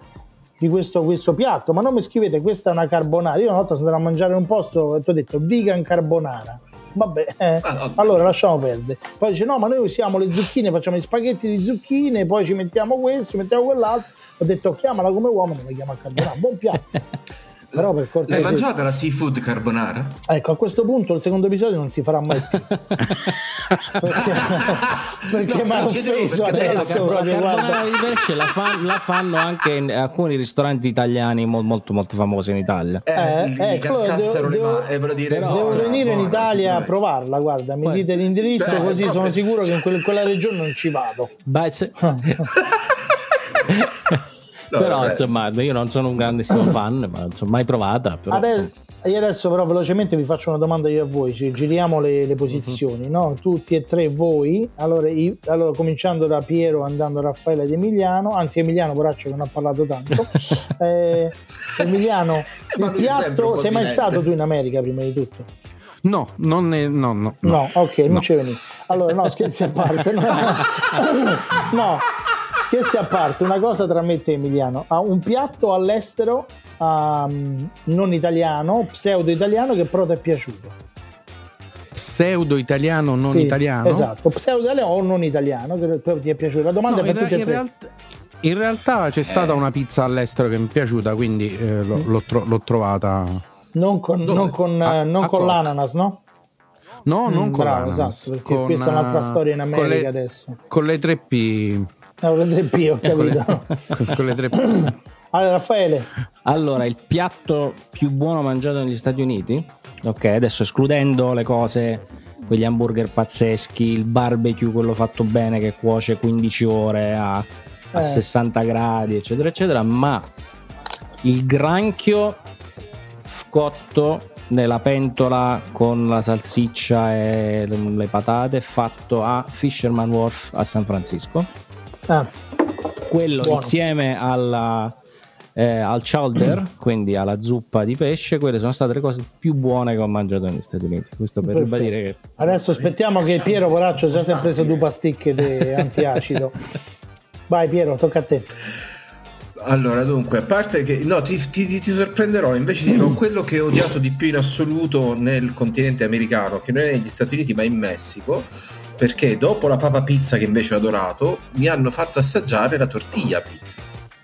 di questo, questo piatto, ma non mi scrivete questa è una carbonara. Io una volta sono andato a mangiare in un posto e ti ho detto vegan carbonara, vabbè, eh, allora lasciamo perdere. Poi dice no, ma noi usiamo le zucchine, facciamo gli spaghetti di zucchine, poi ci mettiamo questo, ci mettiamo quell'altro. Ho detto chiamala come uomo, non la chiama carbonara, buon piatto. Però per cortesia, l'hai mangiata la seafood carbonara? Ecco, a questo punto il secondo episodio non si farà mai più perché, perché no, mi ha offeso adesso la, proprio, la carbonara guarda. di pesce la, fan, la fanno anche in alcuni ristoranti italiani molto molto famosi in Italia. Eh, eh, gli ecco, cascassero devo, le mani, eh, dire, però, devo no, venire in Italia a provarla, guarda, mi poi, dite l'indirizzo, beh, così proprio sono sicuro che in quella, quella regione non ci vado. Beh, se... No, però vabbè, insomma io non sono un grandissimo fan, ma insomma mai provata, però, adesso, io adesso però velocemente vi faccio una domanda io a voi, ci giriamo le, le posizioni, uh-huh. no? Tutti e tre voi, allora, io, allora cominciando da Piero, andando a Raffaele ed Emiliano, anzi Emiliano poraccio che non ha parlato tanto. eh, Emiliano, il piatto, sei mai stato tu in America prima di tutto? No, non è, no, no, no, no, ok, no. Non ci veni. Allora no, scherzi a parte, no, no. Scherzi a parte, una cosa tra me e te Emiliano, ha un piatto all'estero um, non italiano, pseudo italiano, che però ti è piaciuto. Pseudo italiano non sì, italiano? Esatto, pseudo italiano o non italiano che però ti è piaciuto. La domanda no, è per tutti e tre. Realtà, in realtà c'è stata eh. una pizza all'estero che mi è piaciuta, quindi eh, l'ho, l'ho, tro- l'ho trovata. Non con, non con, ah, non con l'ananas, no? No, non mm, con bravo, l'ananas. Esatto, perché con, questa è un'altra storia in America con le, adesso. Con le tre P. No, con le tre P, ho capito. Con le, con le tre P. Allora, Raffaele. Allora, il piatto più buono mangiato negli Stati Uniti? Ok, adesso escludendo le cose, quegli hamburger pazzeschi, il barbecue, quello fatto bene che cuoce quindici ore a, a eh. sessanta gradi, eccetera, eccetera, ma il granchio cotto nella pentola con la salsiccia e le patate fatto a Fisherman Wharf a San Francisco. Ah, quello buono. Insieme alla, eh, al chowder, quindi alla zuppa di pesce, quelle sono state le cose più buone che ho mangiato negli Stati Uniti. Questo per perfetto. Ribadire che adesso aspettiamo che Piero poraccio già si è preso due pasticche di antiacido. Vai Piero, tocca a te. Allora, dunque, a parte che no, ti, ti, ti sorprenderò, invece ti dirò quello che ho odiato di più in assoluto nel continente americano, che non è negli Stati Uniti ma in Messico, perché dopo la papa pizza che invece ho adorato, mi hanno fatto assaggiare la tortilla pizza.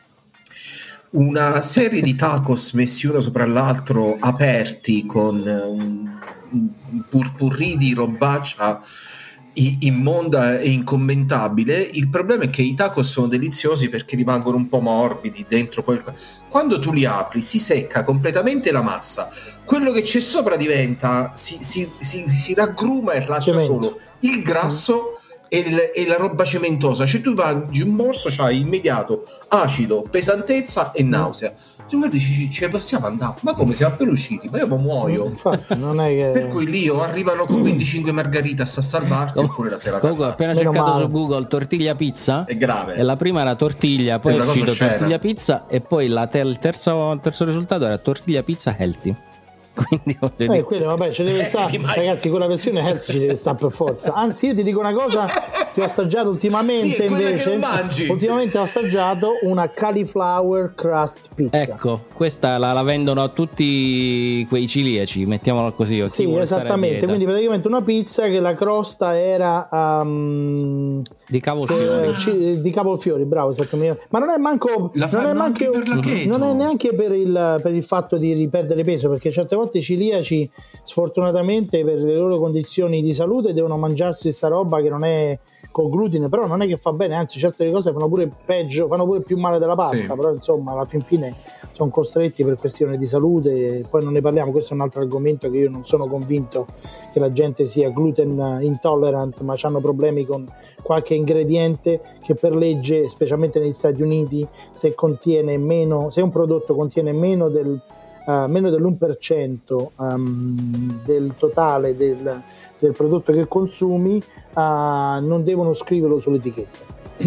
Una serie di tacos messi uno sopra l'altro, aperti con un, un purpurri di robaccia immonda e incommentabile. Il problema è che i tacos sono deliziosi perché rimangono un po' morbidi dentro, poi quando tu li apri si secca completamente la massa, quello che c'è sopra diventa si, si, si, si raggruma e lascia solo il grasso e, le, e la roba cementosa, cioè tu mangi un morso, c'hai immediato acido, pesantezza e nausea. Tu guardi, ci, ci possiamo andare, ma come siamo appena usciti, ma io mi muoio. Infatti, non è che... Per cui lì o arrivano con venticinque margaritas a salvarti oppure la serata. Comunque ho appena Meno cercato male. su Google tortiglia pizza, È grave. e la prima era tortiglia, poi È è una cosa uscito oscena. tortiglia pizza e poi la te- il, terzo, il terzo risultato era tortiglia pizza healthy. Quindi voglio Eh, dire- quello, vabbè, ci deve stare, ti mai- ragazzi, quella versione health ci deve stare per forza. Anzi, io ti dico una cosa che ho assaggiato ultimamente. Sì, è quella invece che mangi. ultimamente ho assaggiato una cauliflower crust pizza. Ecco, questa la, la vendono a tutti quei ciliaci, mettiamolo così. o chi Sì, vuole stare a esattamente, dieta. quindi praticamente una pizza che la crosta era um, Di cavolfiori. eh, ci- di cavolfiori, bravo, esattamente. Ma non è manco La non è fanno manco- anche per la keto. non è neanche per il, per il fatto di riperdere peso, perché certe volte i ciliaci sfortunatamente per le loro condizioni di salute devono mangiarsi sta roba che non è col glutine, però non è che fa bene, anzi certe cose fanno pure peggio, fanno pure più male della pasta, Sì. però insomma alla fin fine sono costretti per questioni di salute. Poi non ne parliamo, questo è un altro argomento che io non sono convinto che la gente sia gluten intolerant, ma hanno problemi con qualche ingrediente che per legge, specialmente negli Stati Uniti, se contiene meno, se un prodotto contiene meno del Uh, meno dell'uno per cento um, del totale del, del prodotto che consumi, uh, non devono scriverlo sull'etichetta.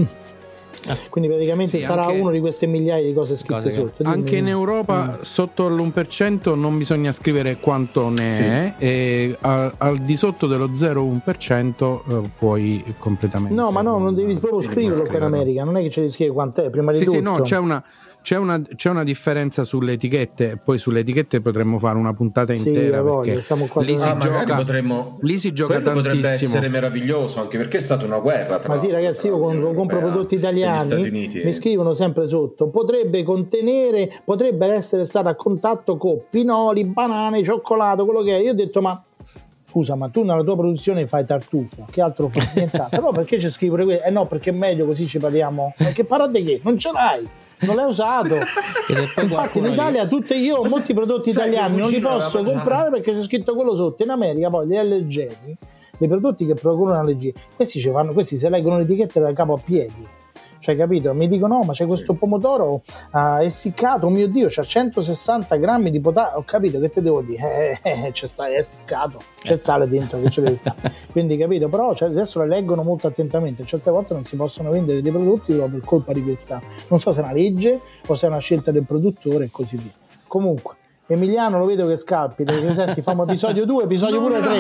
Quindi praticamente Sì, sarà anche- uno di queste migliaia di cose scritte Cose che- sotto. Dimmi. Anche in Europa sotto l'uno per cento non bisogna scrivere quanto ne Sì. è, e al, al di sotto dello zero virgola uno per cento eh, puoi completamente. No, ma no, non devi proprio devi scriverlo qua in scriverlo. America, non è che ce devi scrivere quant'è, prima di Sì, tutto. sì, no, c'è una, c'è una, c'è una differenza sulle etichette, poi sulle etichette potremmo fare una puntata Sì, intera, la voglio, perché stiamo qua lì con- si Ah, magari gioca, potremmo. lì si gioca Quello potrebbe tantissimo. essere meraviglioso, anche perché è stata una guerra. Tra Ma sì, l'altro, ragazzi, tra io quando l'Unione compro Europea prodotti e gli Stati italiani Uniti, mi eh. scrivono sempre sotto: potrebbe contenere, potrebbe essere stato a contatto con pinoli, banane, cioccolato, quello che è. Io ho detto, ma scusa, ma tu nella tua produzione fai tartufo, che altro fai? Nient'altro. No, perché c'è scritto questo? Eh no, perché è meglio così ci parliamo. Ma che parate che? Non ce l'hai, non l'hai usato. E se poi Infatti in qualcuno Italia tutte io ho molti prodotti sai che italiani il non li cugino posso aveva comprare perché c'è scritto quello sotto. In America poi gli allergeni, i prodotti che procurano allergie, questi ci fanno, questi se leggono l'etichetta da capo a piedi. Cioè, capito? Mi dicono: no, ma c'è questo pomodoro uh, essiccato, oh mio Dio, c'ha centosessanta grammi di potassio. Ho capito, che te devo dire? Eh, eh, c'è sta, è essiccato, c'è il sale dentro che ce deve stare. Quindi, capito? Però cioè, adesso le leggono molto attentamente. Certe volte non si possono vendere dei prodotti proprio per colpa di questa. Non so se è una legge o se è una scelta del produttore e così via. Comunque, Emiliano lo vedo che scalpita, dice: senti, famo episodio due, episodio pure tre.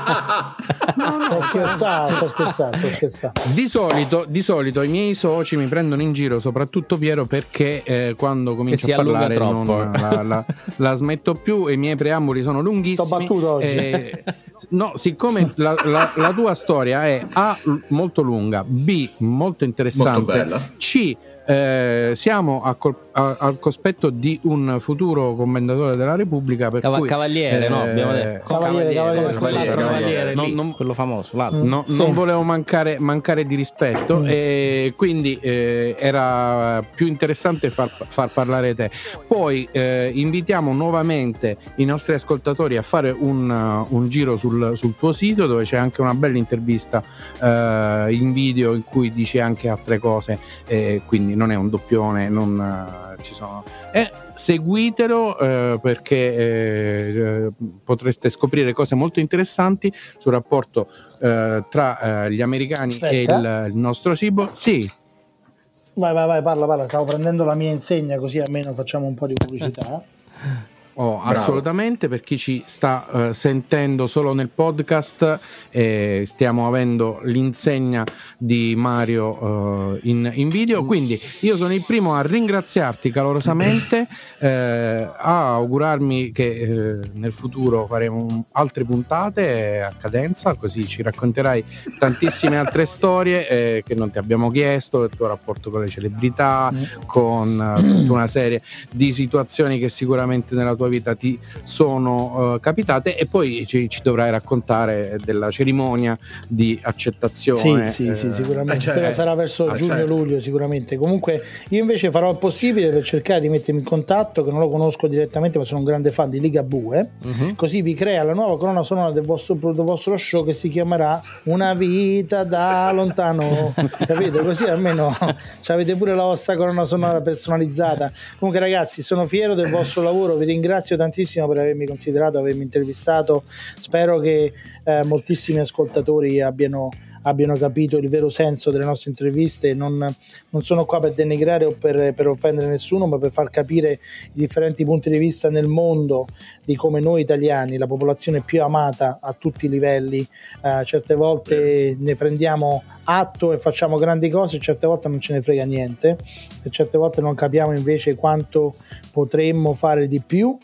Sto scherzando, sto scherzando, sto scherzando. Di solito, di solito i miei soci mi prendono in giro, soprattutto Piero, perché eh, quando comincio si a parlare allunga non troppo. la, la- la smetto più, e i miei preamboli sono lunghissimi. T'ho battuto oggi. Eh, no, siccome la, la- la tua storia è A, molto lunga, B, molto interessante, Molto bella. C, eh, siamo a col- a- al cospetto di un futuro commendatore della Repubblica, per Cava- cui, cavaliere, no? eh, Abbiamo detto. Cavaliere, cavaliere, Quell'altro cavaliere, cavaliere non- lì, non- quello famoso, l'altro. No, Sì. non volevo mancare, mancare di rispetto, e quindi eh, era più interessante far, far parlare te. Poi eh, invitiamo nuovamente i nostri ascoltatori a fare un, uh, un giro sul, sul tuo sito, dove c'è anche una bella intervista eh, in video in cui dici anche altre cose, eh, quindi non è un doppione, non eh, ci sono. Eh, seguitelo eh, perché eh, potreste scoprire cose molto interessanti sul rapporto eh, tra eh, gli americani Aspetta. e il, il nostro cibo. Sì, Vai, vai, vai, parla, parla. Stavo prendendo la mia insegna, così almeno facciamo un po' di pubblicità. oh, assolutamente. Per chi ci sta eh, sentendo solo nel podcast, eh, stiamo avendo l'insegna di Mario eh, in, in video, quindi io sono il primo a ringraziarti calorosamente, eh, a augurarmi che eh, nel futuro faremo un- altre puntate a cadenza, così ci racconterai tantissime altre storie eh, che non ti abbiamo chiesto, il tuo rapporto con le celebrità, con eh, tutta una serie di situazioni che sicuramente nella tua tua vita ti sono uh, capitate, e poi ci, ci dovrai raccontare della cerimonia di accettazione. Sì, sì, eh, sì, sicuramente, cioè, però sarà verso ah, giugno-luglio certo. sicuramente. Comunque io invece farò il possibile per cercare di mettermi in contatto, che non lo conosco direttamente ma sono un grande fan di Ligabue, uh-huh. così vi crea la nuova colonna sonora del vostro, del vostro show, che si chiamerà Una vita da lontano, capite? Così almeno avete pure la vostra colonna sonora personalizzata. Comunque ragazzi, sono fiero del vostro lavoro, vi ringrazio tantissimo per avermi considerato, avermi intervistato. Spero che eh, moltissimi ascoltatori abbiano abbiano capito il vero senso delle nostre interviste. Non, non sono qua per denigrare o per, per offendere nessuno, ma per far capire i differenti punti di vista nel mondo di come noi italiani, la popolazione più amata a tutti i livelli, eh, certe volte ne prendiamo atto e facciamo grandi cose, certe volte non ce ne frega niente, e certe volte non capiamo invece quanto potremmo fare di più.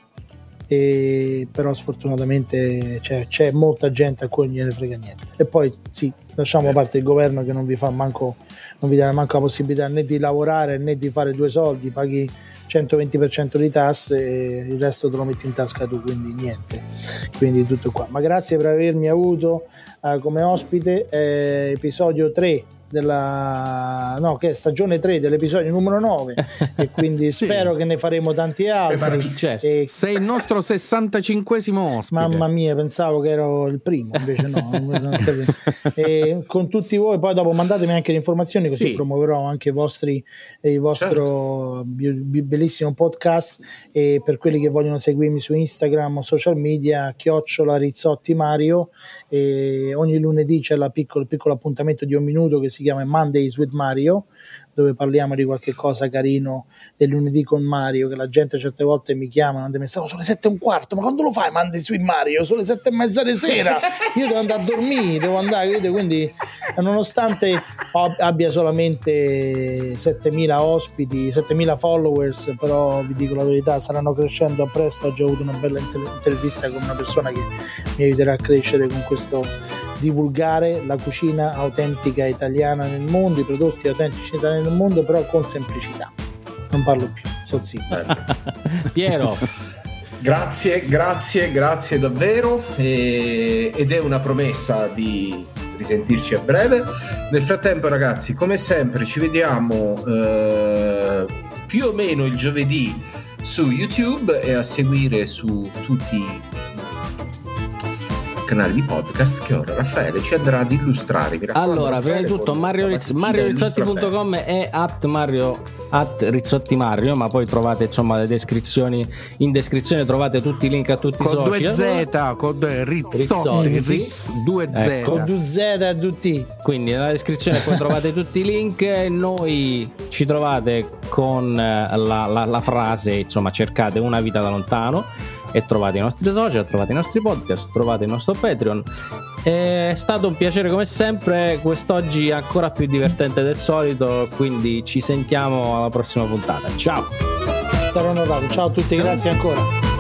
E però sfortunatamente c'è, c'è molta gente a cui non gliene frega niente. E poi sì, lasciamo a parte il governo che non vi fa manco, non vi dà manco la possibilità né di lavorare né di fare due soldi, paghi centoventi per cento di tasse e il resto te lo metti in tasca tu, quindi niente, quindi tutto qua. Ma grazie per avermi avuto uh, come ospite, eh, episodio tre della no che è stagione tre dell'episodio numero nove e quindi sì. Spero che ne faremo tanti altri. Certo. E... sei il nostro sessantacinquesimo ospite. Mamma mia, pensavo che ero il primo, invece no. E con tutti voi poi dopo mandatemi anche le informazioni, così sì. promuoverò anche i vostri il vostro certo. bellissimo podcast, e per quelli che vogliono seguirmi su Instagram o social media, chiocciola Rizzotti Mario, e ogni lunedì c'è la piccolo, il piccolo appuntamento di un minuto che si chiama Mondays with Mario, dove parliamo di qualche cosa carino del lunedì con Mario, che la gente certe volte mi chiama, mi dice: oh, sono le sette e un quarto, ma quando lo fai Mondays with Mario? Sono le sette e mezza di sera, io devo andare a dormire, devo andare, vedete? Quindi nonostante abbia solamente settemila ospiti, settemila followers, però vi dico la verità, saranno crescendo a presto. Oggi ho avuto una bella intervista con una persona che mi aiuterà a crescere con questo divulgare la cucina autentica italiana nel mondo, i prodotti autentici italiani nel mondo, però con semplicità. Non parlo più, so sì. Piero, grazie, grazie, grazie davvero, e, ed è una promessa di risentirci a breve. Nel frattempo ragazzi, come sempre ci vediamo eh, più o meno il giovedì su YouTube e a seguire su tutti i canali di podcast che ora Raffaele ci andrà ad illustrare. Allora, prima di tutto Mario Rizz- mario rizzotti punto com e at Mario at Rizzotti Mario, ma poi trovate insomma le descrizioni, in descrizione trovate tutti i link a tutti con i social. Due Z, con due Rizzotti, Rizz, due Z, ecco. Con due Z a tutti. Quindi nella descrizione poi trovate tutti i link. Noi ci trovate con la, la, la frase, insomma, cercate Una vita da lontano e trovate i nostri social, trovate i nostri podcast, trovate il nostro Patreon. È stato un piacere come sempre, quest'oggi ancora più divertente del solito, quindi ci sentiamo alla prossima puntata. Ciao. Sarò onorato. Ciao a tutti, ciao. Grazie ancora.